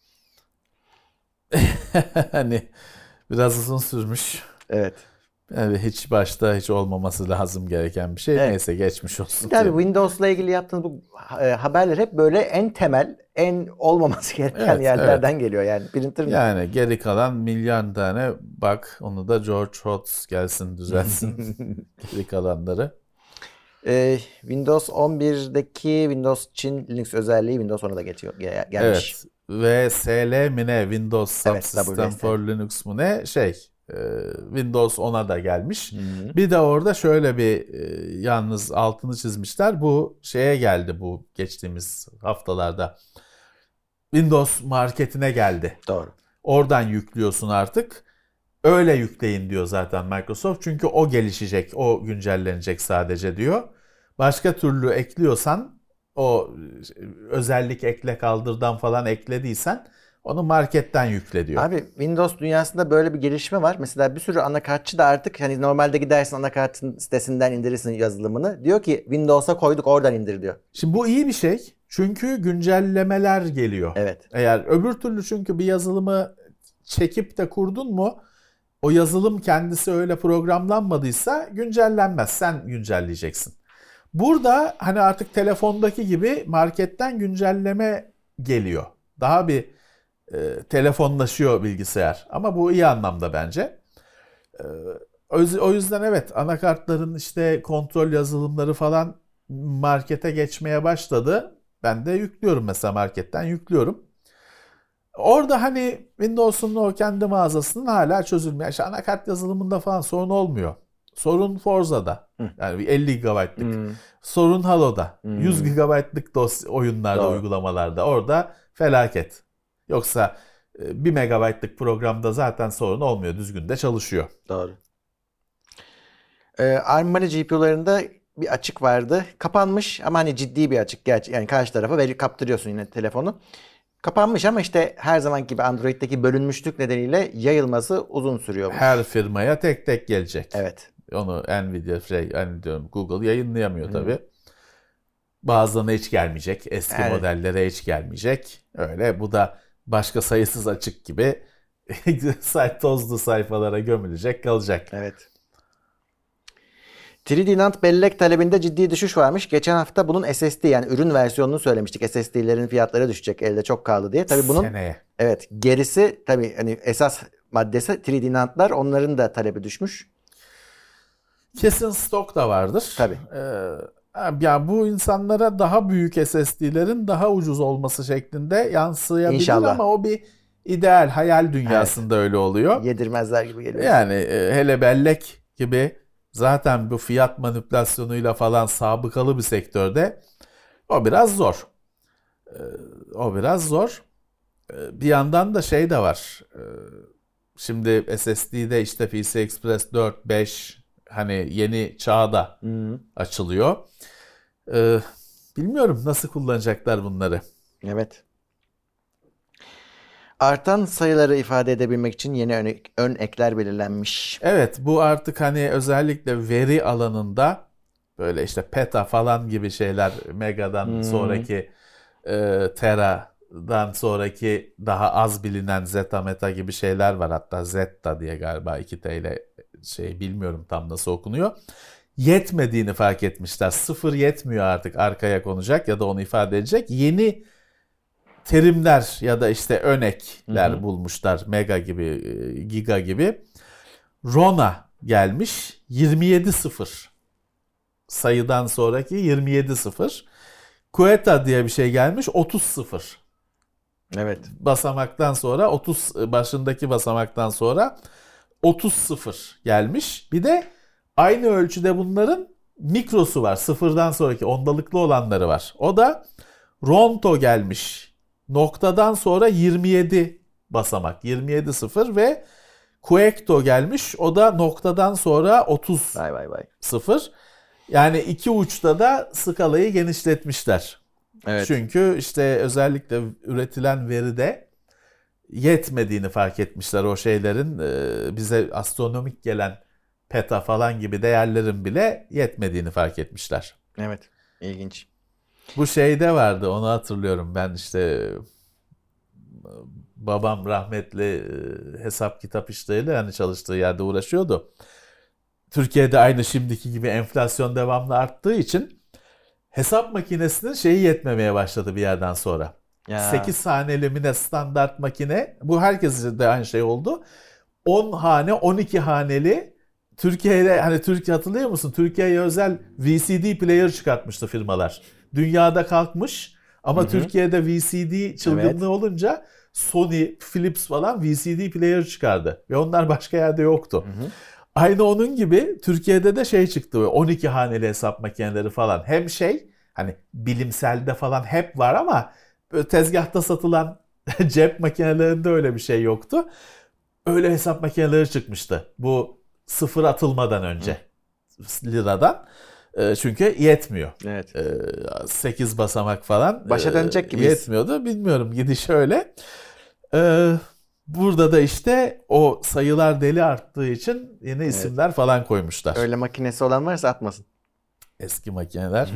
Hani biraz uzun sürmüş. Evet. Yani hiç başta hiç olmaması lazım gereken bir şey. Evet. Neyse geçmiş olsun. Tabii Windows'la ilgili yaptığınız bu e, haberler hep böyle en temel, en olmaması gereken evet, yerlerden evet. geliyor. Yani printer yani geri kalan milyon tane bak onu da George Hotz gelsin düzelsin geri kalanları. Ee, Windows on birdeki Windows için Linux özelliği Windows on'a da geçiyor, gelmiş. Evet. V S L mi ne? Windows evet, Subsystem for Linux mu ne? Şey e, Windows on'a da gelmiş. Hı-hı. Bir de orada şöyle bir e, yalnız altını çizmişler. Bu şeye geldi bu geçtiğimiz haftalarda. Windows marketine geldi. Doğru. Oradan yüklüyorsun artık. Öyle yükleyin diyor zaten Microsoft. Çünkü o gelişecek, o güncellenecek sadece diyor. Başka türlü ekliyorsan, o özellik ekle kaldırdan falan eklediysen onu marketten yükle diyor. Abi Windows dünyasında böyle bir gelişme var. Mesela bir sürü anakartçı da artık hani normalde gidersin anakartın sitesinden indirirsin yazılımını. Diyor ki Windows'a koyduk oradan indir diyor. Şimdi bu iyi bir şey. Çünkü güncellemeler geliyor. Evet. Eğer öbür türlü çünkü bir yazılımı çekip de kurdun mu o yazılım kendisi öyle programlanmadıysa güncellenmez. Sen güncelleyeceksin. Burada hani artık telefondaki gibi marketten güncelleme geliyor. Daha bir e, telefonlaşıyor bilgisayar. Ama bu iyi anlamda bence. E, o yüzden evet anakartların işte kontrol yazılımları falan markete geçmeye başladı. Ben de yüklüyorum mesela marketten yüklüyorum. Orada hani Windows'un o kendi mağazasının hala çözülmüyor. İşte anakart yazılımında falan sorun olmuyor. Sorun Forza'da. Hı. Yani elli gigabaytlık. Hmm. Sorun Halo'da. Hmm. yüz gigabaytlık dos oyunlarda, doğru, uygulamalarda. Orada felaket. Yoksa bir megabaytlık programda zaten sorun olmuyor. Düzgün de çalışıyor. Doğru. Ee, ARM Mali G P U'larında bir açık vardı. Kapanmış ama hani ciddi bir açık. Gerçi yani karşı tarafa veri kaptırıyorsun yine telefonu. Kapanmış ama işte her zamanki gibi Android'deki bölünmüşlük nedeniyle yayılması uzun sürüyor. Her firmaya tek tek gelecek. Evet. Onu Nvidia, şey, yani diyorum Google yayınlayamıyor tabii. Hmm. Bazılarına hiç gelmeyecek. Eski evet. modellere hiç gelmeyecek. Öyle bu da başka sayısız açık gibi tozlu sayfalara gömülecek, kalacak. Evet. üç D NAND bellek talebinde ciddi düşüş varmış. Geçen hafta bunun S S D yani ürün versiyonunu söylemiştik. S S D'lerin fiyatları düşecek, elde çok kaldı diye. Tabii bunun seneye. Evet, gerisi tabii hani esas maddesi üç D NAND'lar, onların da talebi düşmüş. Kesin stok da vardır. Tabii. Ee, ya bu insanlara daha büyük S S D'lerin daha ucuz olması şeklinde yansıyabilir. İnşallah. Ama o bir ideal, hayal dünyasında evet. öyle oluyor. Yedirmezler gibi geliyor. Yani hele bellek gibi zaten bu fiyat manipülasyonuyla falan sabıkalı bir sektörde O biraz zor. O biraz zor. Bir yandan da şey de var. Şimdi S S D'de işte P C I Express dört, beş hani yeni çağda hmm. açılıyor. Bilmiyorum nasıl kullanacaklar bunları. Evet. Artan sayıları ifade edebilmek için yeni ön, ön ekler belirlenmiş. Evet, bu artık hani özellikle veri alanında böyle işte peta falan gibi şeyler, megadan hmm. sonraki e, tera'dan sonraki daha az bilinen zeta meta gibi şeyler var. Hatta zeta diye galiba iki T ile şey bilmiyorum tam nasıl okunuyor. Yetmediğini fark etmişler. Sıfır yetmiyor artık arkaya konacak ya da onu ifade edecek. Yeni terimler ya da işte örnekler hı hı. bulmuşlar. Mega gibi, giga gibi. Rona gelmiş. yirmi yedi sıfır. Sayıdan sonraki yirmi yedi sıfır. Quetta diye bir şey gelmiş. otuz sıfır. Evet. Basamaktan sonra otuz başındaki basamaktan sonra otuz sıfır gelmiş. Bir de aynı ölçüde bunların mikrosu var. Sıfırdan sonraki ondalıklı olanları var. O da Ronto gelmiş. Noktadan sonra yirmi yedi basamak. yirmi yedi sıfır ve Quecto gelmiş. O da noktadan sonra otuz vay vay vay. sıfır. Yani iki uçta da skalayı genişletmişler. Evet. Çünkü işte özellikle üretilen veride yetmediğini fark etmişler. O şeylerin bize astronomik gelen peta falan gibi değerlerin bile yetmediğini fark etmişler. Evet. İlginç. Bu şeyde vardı, onu hatırlıyorum ben işte babam rahmetli hesap kitap işleriyle hani çalıştığı yerde uğraşıyordu. Türkiye'de aynı şimdiki gibi enflasyon devamlı arttığı için hesap makinesinin şeyi yetmemeye başladı bir yerden sonra. Ya. sekiz haneli mi ne standart makine, bu herkese de aynı şey oldu. on hane on iki haneli Türkiye'de, hani Türkiye hatırlıyor musun? Türkiye'ye özel V C D player çıkartmıştı firmalar. Dünyada kalkmış ama hı hı. Türkiye'de V C D çılgınlığı evet. olunca Sony, Philips falan V C D player çıkardı. Ve onlar başka yerde yoktu. Hı hı. Aynı onun gibi Türkiye'de de şey çıktı. on iki haneli hesap makineleri falan. Hem şey hani bilimselde falan hep var ama tezgahta satılan cep makinelerinde öyle bir şey yoktu. Öyle hesap makineleri çıkmıştı. Bu sıfır atılmadan önce hı. liradan. Çünkü yetmiyor. Evet. sekiz basamak falan. Başa dönecek gibiyiz. Yetmiyordu. Bilmiyorum, gidiş öyle. Burada da işte o sayılar deli arttığı için yeni isimler evet. falan koymuşlar. Öyle makinesi olan varsa atmasın. Eski makineler.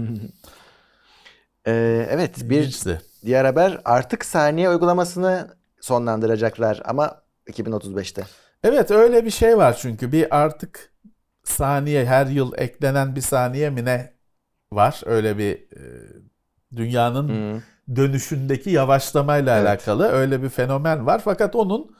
ee, evet, bir İlginçti. Diğer haber, artık saniye uygulamasını sonlandıracaklar ama iki bin otuz beşte. Evet, öyle bir şey var çünkü bir artık saniye, her yıl eklenen bir saniye mi ne var? Öyle bir e, dünyanın hmm. dönüşündeki yavaşlamayla evet. alakalı öyle bir fenomen var. Fakat onun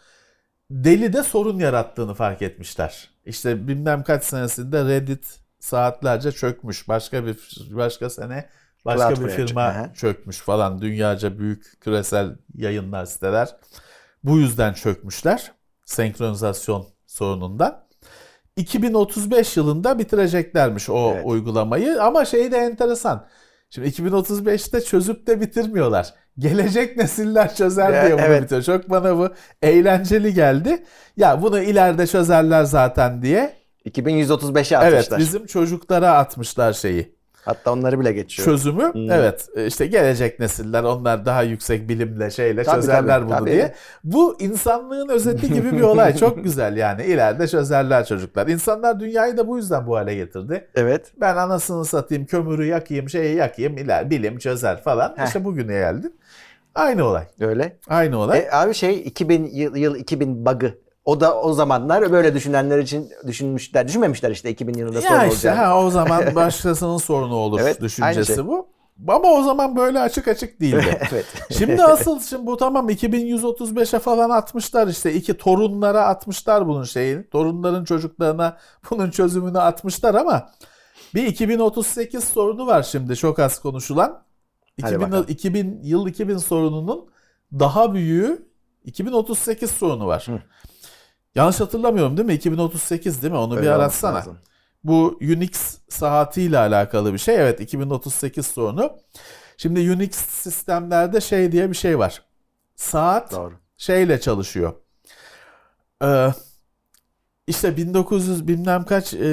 deli de sorun yarattığını fark etmişler. İşte bilmem kaç senesinde Reddit saatlerce çökmüş. Başka bir başka sene başka Cloud bir firma Aha. çökmüş falan. Dünyaca büyük küresel yayınlar, siteler. Bu yüzden çökmüşler. Senkronizasyon sorunundan. iki bin otuz beş yılında bitireceklermiş o evet. uygulamayı. Ama şey de enteresan. Şimdi iki bin otuz beşte çözüp de bitirmiyorlar. Gelecek nesiller çözer diye bunu evet. bitiyor. Çok bana bu eğlenceli geldi. Ya bunu ileride çözerler zaten diye. iki bin yüz otuz beşe atmışlar. Evet, bizim çocuklara atmışlar şeyi. Hatta onları bile geçiyor. Çözümü. Hmm. Evet, işte gelecek nesiller onlar daha yüksek bilimle şeyle tabii, çözerler tabii, bunu tabii. diye. Bu insanlığın özeti gibi bir olay. Çok güzel yani. İleride çözerler çocuklar. İnsanlar dünyayı da bu yüzden bu hale getirdi. Evet. Ben anasını satayım, kömürü yakayım, şeyi yakayım, iler bilim çözer falan. Heh. İşte bugüne geldin. Aynı olay. Öyle. Aynı olay. E, abi şey iki bin yıl, yıl iki bin bug'ı. O da o zamanlar böyle düşünenler için düşünmüşler, düşünmemişler işte iki bin yılında sorun olacak. Ya işte ha, o zaman başkasının sorunu olur evet, düşüncesi şey. bu. Ama o zaman böyle açık açık değildi. evet. Şimdi asıl şimdi bu tamam iki bin yüz otuz beşe falan atmışlar işte, iki torunlara atmışlar bunun şeyini. Torunların çocuklarına bunun çözümünü atmışlar ama bir iki bin otuz sekiz sorunu var şimdi çok az konuşulan. iki bin, iki bin yıl iki bin sorununun daha büyüğü iki bin otuz sekiz sorunu var. Hı. Yanlış hatırlamıyorum değil mi? iki bin otuz sekiz değil mi? Onu öyle bir aratsana. Bu Unix saatiyle alakalı bir şey. Evet, iki bin otuz sekiz sorunu. Şimdi Unix sistemlerde şey diye bir şey var. Saat Doğru. şeyle çalışıyor. Ee, işte bin dokuz yüz bilmem kaç e,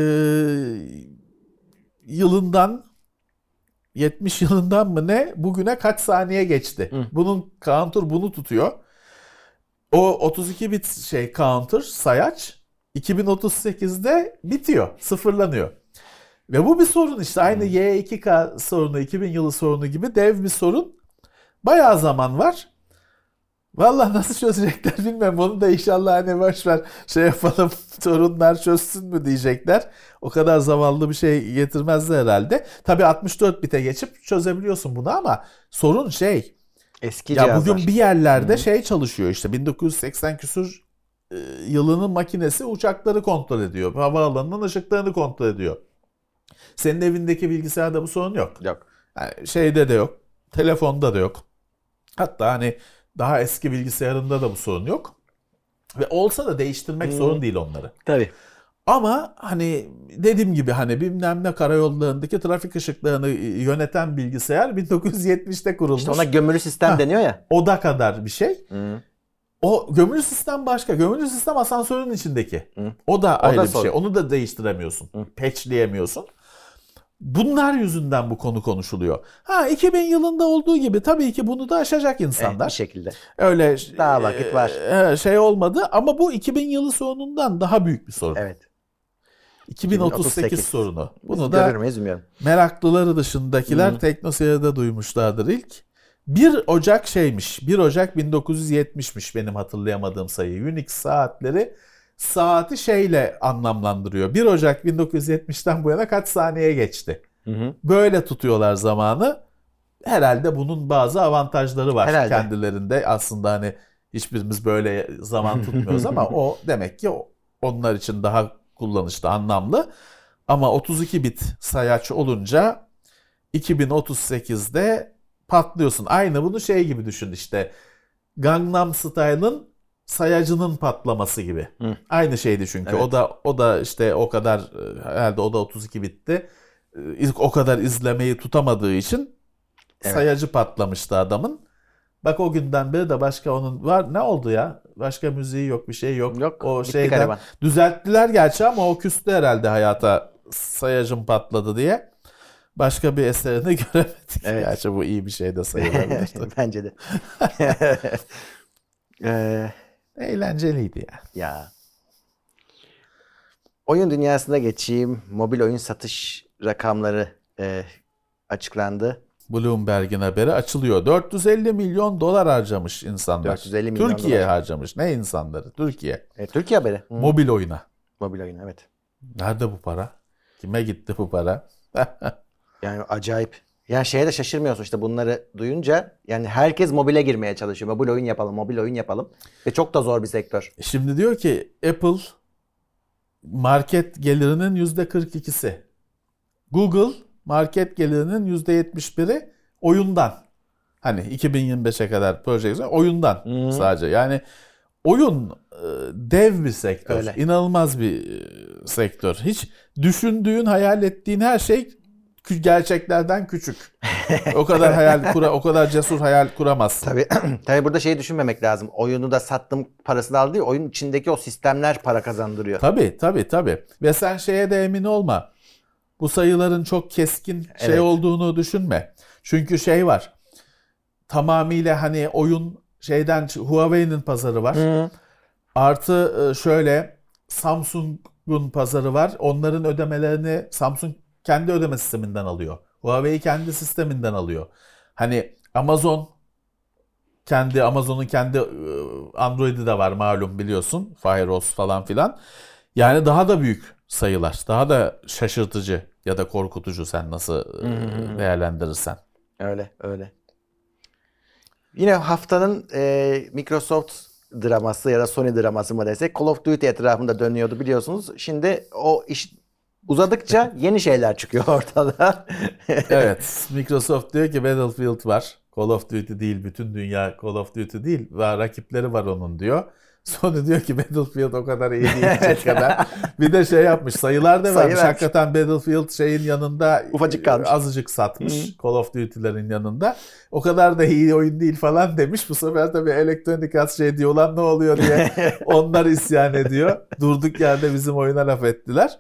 yılından yetmiş yılından mı ne bugüne kaç saniye geçti. Hı. Bunun counter bunu tutuyor. O otuz iki bit şey counter sayaç iki bin otuz sekizde bitiyor, sıfırlanıyor. Ve bu bir sorun işte. Aynı hmm. Y iki K sorunu, iki bin yılı sorunu gibi dev bir sorun. Bayağı zaman var. Vallahi nasıl çözecekler bilmem. Onu da inşallah hani boşver şey yapalım, sorunlar çözsün mü diyecekler. O kadar zavallı bir şey getirmezler herhalde. Tabii altmış dört bite geçip çözebiliyorsun bunu ama sorun şey. Eski ya cihazlar. bugün bir yerlerde hmm. şey çalışıyor işte bin dokuz yüz seksen küsur e, yılının makinesi uçakları kontrol ediyor. Havaalanının ışıklarını kontrol ediyor. Senin evindeki bilgisayarda bu sorun yok. Yok. Yani şeyde de yok. Telefonda da yok. Hatta hani daha eski bilgisayarında da bu sorun yok. Ve olsa da değiştirmek hmm. sorun değil onları. Tabii. Ama hani dediğim gibi hani bilmem ne karayollarındaki trafik ışıklarını yöneten bilgisayar bin dokuz yüz yetmişte kurulmuş. İşte ona gömülü sistem ha, deniyor ya. O da kadar bir şey. Hmm. O gömülü sistem başka. Gömülü sistem asansörün içindeki. Hmm. O da ayrı o da bir sorun. Şey. Onu da değiştiremiyorsun. Hmm. Patchleyemiyorsun. Bunlar yüzünden bu konu konuşuluyor. Ha iki bin yılında olduğu gibi tabii ki bunu da aşacak insanlar. Evet, bir şekilde. Öyle daha vakit var. E, şey olmadı ama bu iki bin yılı sorunundan daha büyük bir sorun. Evet. iki bin otuz sekiz, iki bin otuz sekiz sorunu. Bunu Biz da görür müyüz bilmiyorum. Meraklıları dışındakiler Hı-hı. Teknoseyir'de duymuşlardır ilk. bir Ocak şeymiş. bir Ocak bin dokuz yüz yetmişmiş benim hatırlayamadığım sayı. Unix saatleri saati şeyle anlamlandırıyor. bir Ocak bin dokuz yüz yetmişten bu yana kaç saniye geçti. Hı-hı. Böyle tutuyorlar zamanı. Herhalde bunun bazı avantajları var. Herhalde. Kendilerinde aslında hani hiçbirimiz böyle zaman tutmuyoruz ama o demek ki onlar için daha kullanışlı, anlamlı. Ama otuz iki bit sayaç olunca iki bin otuz sekizde patlıyorsun. Aynı bunu şey gibi düşün işte. Gangnam Style'ın sayacının patlaması gibi. Hı. Aynı şeydi çünkü. Evet. O da o da işte o kadar herhalde o da otuz iki bitti. İlk o kadar izlemeyi tutamadığı için evet. Sayacı patlamıştı adamın. Bak o günden beri de başka onun var. Ne oldu ya? Başka müziği yok, bir şey yok. Yok. O şeyden galiba. Düzelttiler gerçi ama o küstü herhalde hayata. Sayacım patladı diye. Başka bir eserini göremedik. Evet. Gerçi bu iyi bir şey de sayılabilir. Bence de. ee, Eğlenceliydi ya. Ya. Oyun dünyasına geçeyim. Mobil oyun satış rakamları e, açıklandı. Bloomberg'in haberi açılıyor. dört yüz elli milyon dolar harcamış insanlar. dört yüz elli milyon Türkiye dolar. harcamış. Ne insanları? Türkiye. E, Türkiye haberi. Hı. Mobil oyuna. Mobil oyun evet. Nerede bu para? Kime gitti bu para? Yani acayip. Yani şeye de şaşırmıyorsun işte bunları duyunca. Yani herkes mobile girmeye çalışıyor. Mobil oyun yapalım, mobil oyun yapalım. Ve çok da zor bir sektör. Şimdi diyor ki Apple market gelirinin yüzde kırk ikisi. Google market gelirinin yüzde yetmiş biri oyundan. Hani iki bin yirmi beşe kadar projeksiyon oyundan hmm. sadece. Yani oyun dev bir sektör. Öyle. İnanılmaz bir sektör. Hiç düşündüğün, hayal ettiğin her şey gerçeklerden küçük. O kadar hayal kura, o kadar cesur hayal kuramazsın. Tabii tabii burada şeyi düşünmemek lazım. Oyunu da sattım parasını aldı değil, oyunun içindeki o sistemler para kazandırıyor. Tabii tabii tabii. Ve sen şeye de emin olma. Bu sayıların çok keskin şey evet. olduğunu düşünme. Çünkü şey var. Tamamıyla hani oyun şeyden Huawei'nin pazarı var. Hı. Artı şöyle Samsung'un pazarı var. Onların ödemelerini Samsung kendi ödeme sisteminden alıyor. Huawei kendi sisteminden alıyor. Hani Amazon kendi Amazon'un kendi Android'i de var malum biliyorsun. FireOS falan filan. Yani daha da büyük sayılar. Daha da şaşırtıcı ya da korkutucu sen nasıl hmm. değerlendirirsen. Öyle öyle. Yine haftanın e, Microsoft draması ya da Sony draması mı desek Call of Duty etrafında dönüyordu biliyorsunuz. Şimdi o iş uzadıkça yeni şeyler çıkıyor ortada. Evet. Microsoft diyor ki Battlefield var. Call of Duty değil. Bütün dünya Call of Duty değil. Ve rakipleri var onun diyor. Sony diyor ki Battlefield o kadar iyi değil kadar. Bir de şey yapmış, sayılar da Sayı vermiş. vermiş. Hakikaten Battlefield şeyin yanında Ufacık kalmış. azıcık satmış. Hı. Call of Duty'lerin yanında. O kadar da iyi oyun değil falan demiş. Bu sefer tabii Electronic Arts şey diyor, lan ne oluyor diye onlar isyan ediyor. Durduk yerde bizim oyuna laf ettiler.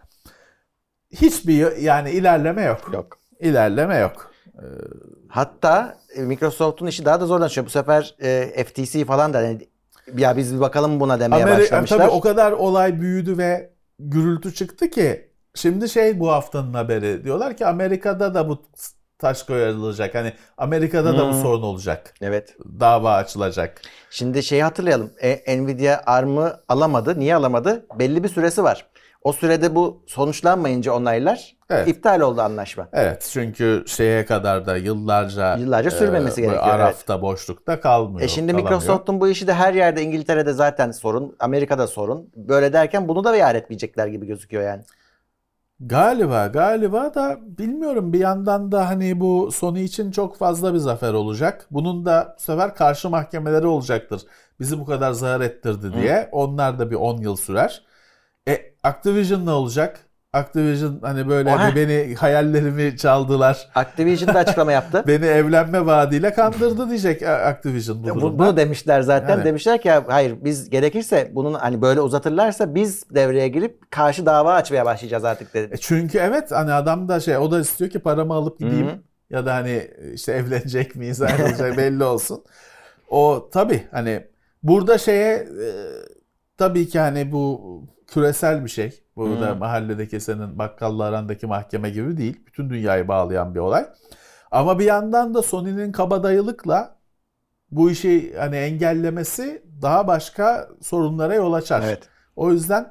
Hiçbir yani ilerleme yok. Yok. İlerleme yok. Hatta Microsoft'un işi daha da zorlaşıyor. Bu sefer e, F T C falan da yani, ya biz bir bakalım buna demeye Amerika, başlamışlar. Tabii o kadar olay büyüdü ve gürültü çıktı ki şimdi şey bu haftanın haberi diyorlar ki Amerika'da da bu taş koyulacak. Hani Amerika'da hmm. da bu sorun olacak. Evet. Dava açılacak. Şimdi şeyi hatırlayalım. E, Nvidia A R M'ı alamadı. Niye alamadı? Belli bir süresi var. O sürede bu sonuçlanmayınca onaylar evet. iptal oldu anlaşma. Evet, çünkü şeye kadar da yıllarca yıllarca sürmemesi e, gerekiyor. Arafta evet. boşlukta kalmıyor. E şimdi kalamıyor. Microsoft'un bu işi de her yerde, İngiltere'de zaten sorun, Amerika'da sorun. Böyle derken bunu da yar etmeyecekler gibi gözüküyor yani. Galiba galiba da bilmiyorum, bir yandan da hani bu Sony için çok fazla bir zafer olacak. Bunun da bu sefer karşı mahkemeleri olacaktır. Bizi bu kadar zarar ettirdi diye. Hı. Onlar da bir on yıl sürer. E Activision ne olacak? Activision hani böyle bir beni hayallerimi çaldılar. Activision da açıklama yaptı. Beni evlenme vaadiyle kandırdı diyecek Activision bu durumda. Bunu demişler zaten. Yani. Demişler ki hayır biz gerekirse bunun hani böyle uzatırlarsa biz devreye girip karşı dava açmaya başlayacağız artık dedi. E çünkü evet hani adam da şey o da istiyor ki paramı alıp gideyim. Hı-hı. Ya da hani işte evlenecek miyiz ayrılacak belli olsun. O tabii hani burada şeye e, tabii ki hani bu küresel bir şey. Burada hmm. mahalledeki senin bakkalla arandaki mahkeme gibi değil. Bütün dünyayı bağlayan bir olay. Ama bir yandan da Sony'nin kabadayılıkla bu işi hani engellemesi daha başka sorunlara yol açar. Evet. O yüzden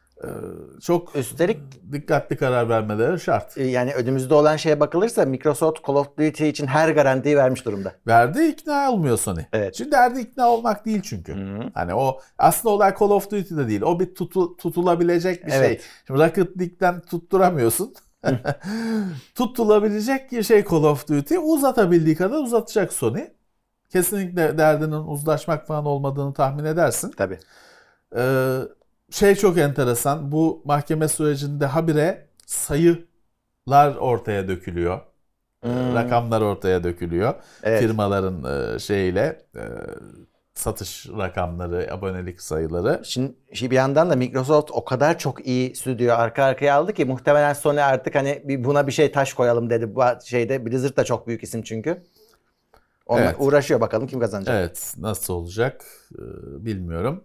çok üstelik dikkatli karar vermeleri şart. Yani önümüzde olan şeye bakılırsa Microsoft Call of Duty için her garantiyi vermiş durumda. Verdi, ikna olmuyor Sony. Evet. Şimdi derdi ikna olmak değil çünkü. Hı-hı. Hani o aslında olay Call of Duty'de değil. O bir tutu, tutulabilecek bir evet. şey. Şimdi Rocket League'den tutturamıyorsun. Tutulabilecek bir şey Call of Duty. Uzatabildiği kadar uzatacak Sony. Kesinlikle derdinin uzlaşmak falan olmadığını tahmin edersin. Tabii. Ee, Şey çok enteresan, bu mahkeme sürecinde habire sayılar ortaya dökülüyor. Hmm. Rakamlar ortaya dökülüyor. Evet. Firmaların şeyle satış rakamları, abonelik sayıları. Şimdi bir yandan da Microsoft o kadar çok iyi stüdyo arka arkaya aldı ki muhtemelen Sony artık hani buna bir şey taş koyalım dedi. Bu şeyde Blizzard da çok büyük isim çünkü. Onlar evet. uğraşıyor, bakalım kim kazanacak. Evet, nasıl olacak bilmiyorum.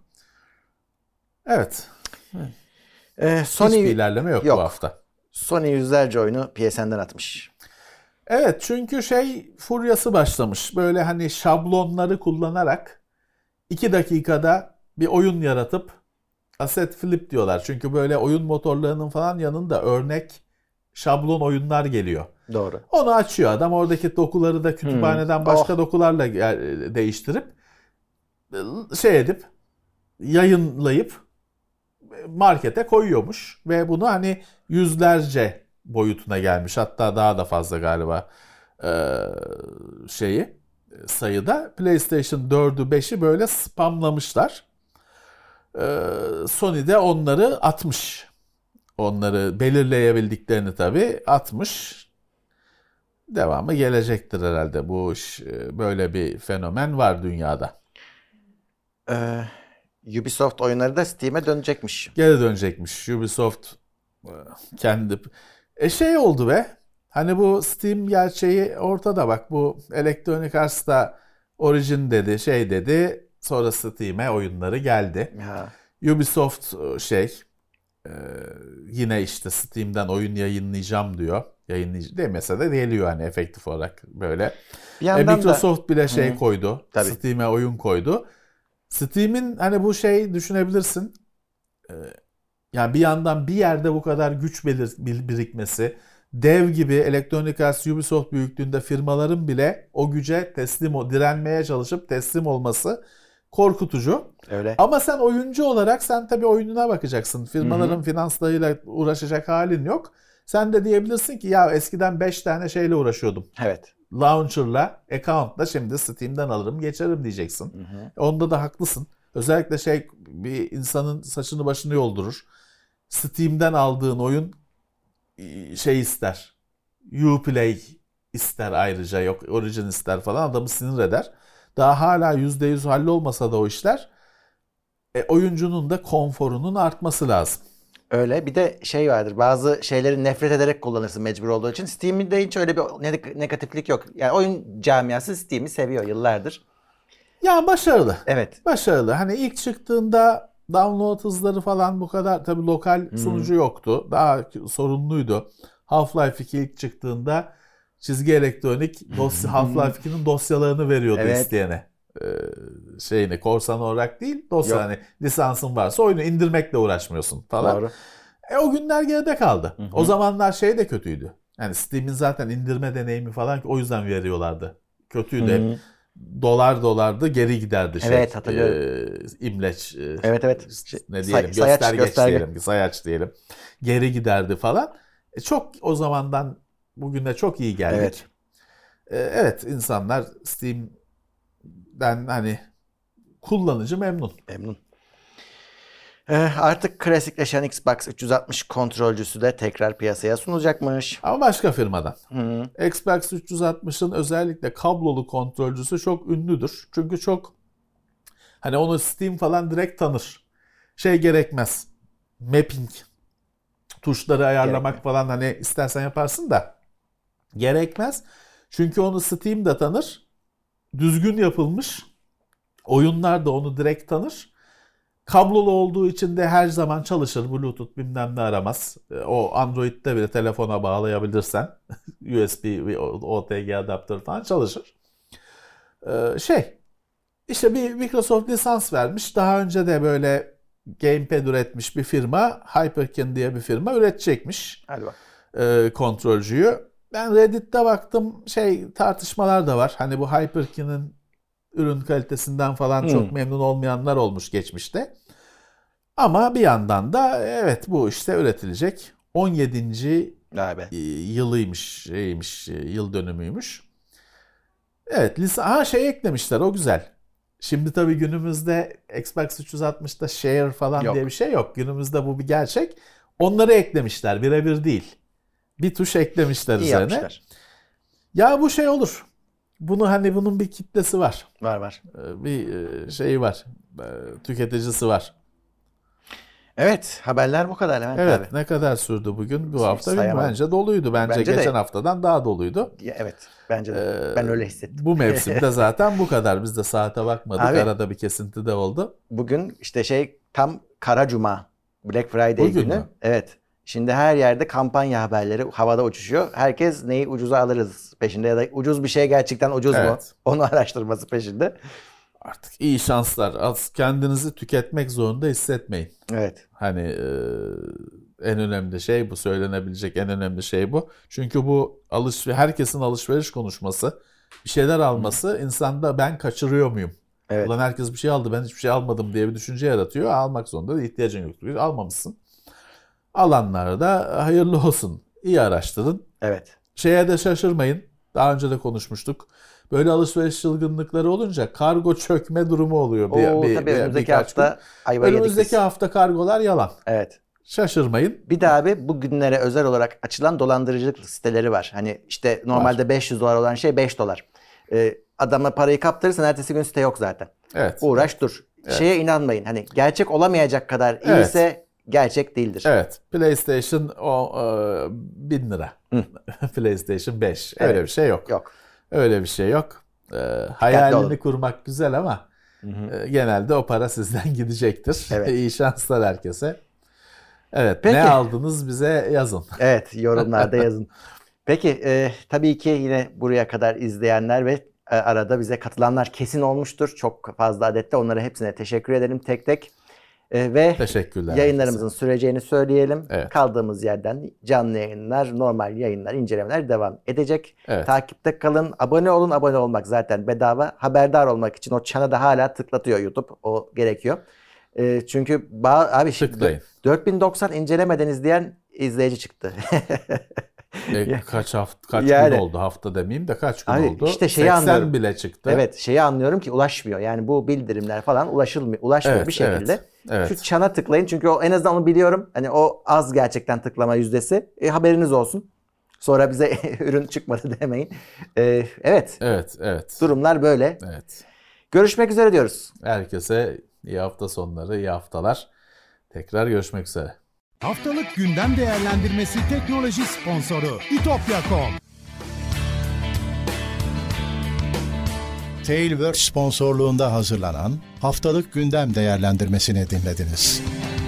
Evet. Ee, Sony, hiçbir ilerleme yok, yok bu hafta. Sony yüzlerce oyunu P S N'den atmış. Evet, çünkü şey furyası başlamış. Böyle hani şablonları kullanarak iki dakikada bir oyun yaratıp asset flip diyorlar. Çünkü böyle oyun motorlarının falan yanında örnek şablon oyunlar geliyor. Doğru. Onu açıyor adam. Oradaki dokuları da kütüphaneden hmm. başka oh. dokularla değiştirip şey edip yayınlayıp markete koyuyormuş ve bunu hani yüzlerce boyutuna gelmiş, hatta daha da fazla galiba ee, şeyi sayıda. PlayStation dördü beşi böyle spamlamışlar. Ee, Sony de onları atmış. Onları belirleyebildiklerini tabii atmış. Devamı gelecektir herhalde. Bu iş, böyle bir fenomen var dünyada. Eee Ubisoft oyunları da Steam'e dönecekmiş. Geri dönecekmiş. Ubisoft kendi... E şey oldu be. Hani bu Steam gerçeği ortada bak. Bu Electronic Arts da Origin dedi, şey dedi. Sonra Steam'e oyunları geldi. Ha. Ubisoft şey yine işte Steam'den oyun yayınlayacağım diyor. Yayınlayacağım demese de geliyor hani efektif olarak böyle. E, Microsoft da... bile şey Hı. koydu. Tabii. Steam'e oyun koydu. Steam'in hani bu şey düşünebilirsin. Ee, yani bir yandan bir yerde bu kadar güç belir, birikmesi, dev gibi Electronic Arts, Ubisoft büyüklüğünde firmaların bile o güce teslim, direnmeye çalışıp teslim olması korkutucu. Öyle. Ama sen oyuncu olarak sen tabii oyununa bakacaksın. Firmaların Hı-hı. finanslarıyla uğraşacak halin yok. Sen de diyebilirsin ki ya eskiden beş tane şeyle uğraşıyordum. Evet. Launcher'la, account'la şimdi Steam'den alırım geçerim diyeceksin. Hı hı. Onda da haklısın. Özellikle şey bir insanın saçını başını yoldurur. Steam'den aldığın oyun şey ister. Uplay ister ayrıca, yok Origin ister falan, adamı sinir eder. Daha hala yüzde yüz hallolmasa da o işler e, oyuncunun da konforunun artması lazım. Öyle. Bir de şey vardır. Bazı şeyleri nefret ederek kullanırsın mecbur olduğu için. Steam'de hiç öyle bir negatiflik yok. Yani oyun camiası Steam'i seviyor yıllardır. Ya başarılı. Evet. Başarılı. Hani ilk çıktığında download hızları falan bu kadar, tabii lokal hmm. sunucu yoktu. Daha sorunluydu. Half-Life iki ilk çıktığında Çizgi Elektronik dosya, Half-Life ikinin dosyalarını veriyordu evet. isteyene. Ee, şeyini korsan olarak değil, dosya hani lisansın varsa oyunu indirmekle uğraşmıyorsun falan. Doğru. E o günler geride kaldı. Hı hı. O zamanlar şey de kötüydü. Yani Steam'in zaten indirme deneyimi falan o yüzden veriyorlardı. Kötüydü. Hep dolar dolardı, geri giderdi şey. Evet, hatırlıyorum. E, imleç. E, evet evet. Ne diyelim? Say, göstergeç gösterge. diyelim, sayaç diyelim. Geri giderdi falan. E, çok o zamandan bugüne çok iyi geldik. Evet. E, evet insanlar Steam'den hani kullanıcı memnun. Memnun. Ee, artık klasikleşen Xbox üç yüz altmış kontrolcüsü de tekrar piyasaya sunulacakmış. Ama başka firmadan. Hı. Xbox üç yüz altmışın özellikle kablolu kontrolcüsü çok ünlüdür. Çünkü çok hani onu Steam falan direkt tanır. Şey gerekmez. Mapping, tuşları ayarlamak Gerekme. falan hani istersen yaparsın da gerekmez. Çünkü onu Steam de tanır. Düzgün yapılmış. Oyunlar da onu direkt tanır. Kablolu olduğu için de her zaman çalışır. Bluetooth bilmem ne aramaz. O Android'de bile telefona bağlayabilirsen U S B, O T G adaptör falan çalışır. Ee, şey işte bir Microsoft lisans vermiş. Daha önce de böyle gamepad üretmiş bir firma, Hyperkin diye bir firma üretecekmiş. Hadi bak. E, kontrolcüyü. Ben Reddit'te baktım, şey tartışmalar da var. Hani bu Hyperkin'in ürün kalitesinden falan hmm. çok memnun olmayanlar olmuş geçmişte. Ama bir yandan da evet bu işte üretilecek. on yedinci Abi. yılıymış, şeymiş, yıl dönümüymüş. Evet, lise ha şey eklemişler, o güzel. Şimdi tabii günümüzde Xbox üç yüz altmışta share falan yok diye bir şey yok. Günümüzde bu bir gerçek. Onları eklemişler, birebir değil. Bir tuş eklemişler İyi üzerine. Yapmışlar. Ya bu şey olur. Bunu hani bunun bir kitlesi var. Var var. Bir şeyi var. Tüketicisi var. Evet, haberler bu kadar Levent evet, abi. Ne kadar sürdü bugün? Bu hafta bence doluydu. Bence, bence geçen de, haftadan daha doluydu. Ya, evet, bence de. Ee, ben öyle hissettim. Bu mevsimde zaten bu kadar. Biz de saate bakmadık. Abi, arada bir kesinti de oldu. Bugün işte şey tam Kara Cuma, Black Friday bugün günü. Mü? Evet. Şimdi her yerde kampanya haberleri havada uçuşuyor. Herkes neyi ucuza alırız peşinde ya da ucuz bir şey gerçekten ucuz evet. mu? Onu araştırması peşinde. Artık iyi şanslar. Az kendinizi tüketmek zorunda hissetmeyin. Evet. Hani e, en önemli şey bu, söylenebilecek en önemli şey bu. Çünkü bu alışveriş, herkesin alışveriş konuşması, bir şeyler alması Hı. insanda ben kaçırıyor muyum? Evet. Ulan herkes bir şey aldı, ben hiçbir şey almadım diye bir düşünce yaratıyor. Almak zorunda da ihtiyacın yoktur. Almamışsın. Alanlara da hayırlı olsun. İyi araştırın. Evet. Şeye de şaşırmayın. Daha önce de konuşmuştuk. Böyle alışveriş çılgınlıkları olunca kargo çökme durumu oluyor. Oo, bir, tabii bir, önümüzdeki hafta ayva yedik. Önümüzdeki hafta kargolar yalan. Evet. Şaşırmayın. Bir de abi bu günlere özel olarak açılan dolandırıcılık siteleri var. Hani işte normalde var. beş yüz dolar olan şey beş dolar. Ee, adama parayı kaptırırsan ertesi gün site yok zaten. Evet. Uğraş dur. Evet. Şeye inanmayın. Hani gerçek olamayacak kadar iyiyse evet. gerçek değildir. Evet. PlayStation o e, bin lira. PlayStation beş. Evet. Öyle bir şey yok. Yok. Öyle bir şey yok. E, hayalini kurmak güzel ama e, genelde o para sizden gidecektir. Evet. İyi şanslar herkese. Evet. Peki. Ne aldınız bize yazın. Evet. Yorumlarda yazın. Peki. E, tabii ki yine buraya kadar izleyenler ve e, arada bize katılanlar kesin olmuştur. Çok fazla adette. Onlara hepsine teşekkür edelim tek tek. Ee, ve Teşekkürler yayınlarımızın herkese. süreceğini söyleyelim. Evet. Kaldığımız yerden canlı yayınlar, normal yayınlar, incelemeler devam edecek. Evet. Takipte kalın, abone olun. Abone olmak zaten bedava. Haberdar olmak için o çana da hala tıklatıyor YouTube. O gerekiyor. E, çünkü ba- abi Tıklayın. dört bin doksan incelemeden izleyen izleyici çıktı. E, kaç hafta kaç Yani- gün oldu, hafta demeyeyim de kaç gün Abi, oldu? işte şeyi seksen anlıyorum. bile çıktı. Evet, şeyi anlıyorum ki ulaşmıyor. Yani bu bildirimler falan ulaşılmıyor, ulaşmıyor Evet, bir şekilde. evet, evet. Şu çana tıklayın çünkü o, en azından onu biliyorum. Hani o az gerçekten tıklama yüzdesi. E, haberiniz olsun. Sonra bize ürün çıkmadı demeyin. E, evet, Evet, evet. durumlar böyle. Evet. Görüşmek üzere diyoruz. Herkese iyi hafta sonları, iyi haftalar. Tekrar görüşmek üzere. Haftalık gündem değerlendirmesi teknoloji sponsoru itopya nokta com. Tailwords sponsorluğunda hazırlanan Haftalık Gündem Değerlendirmesini dinlediniz.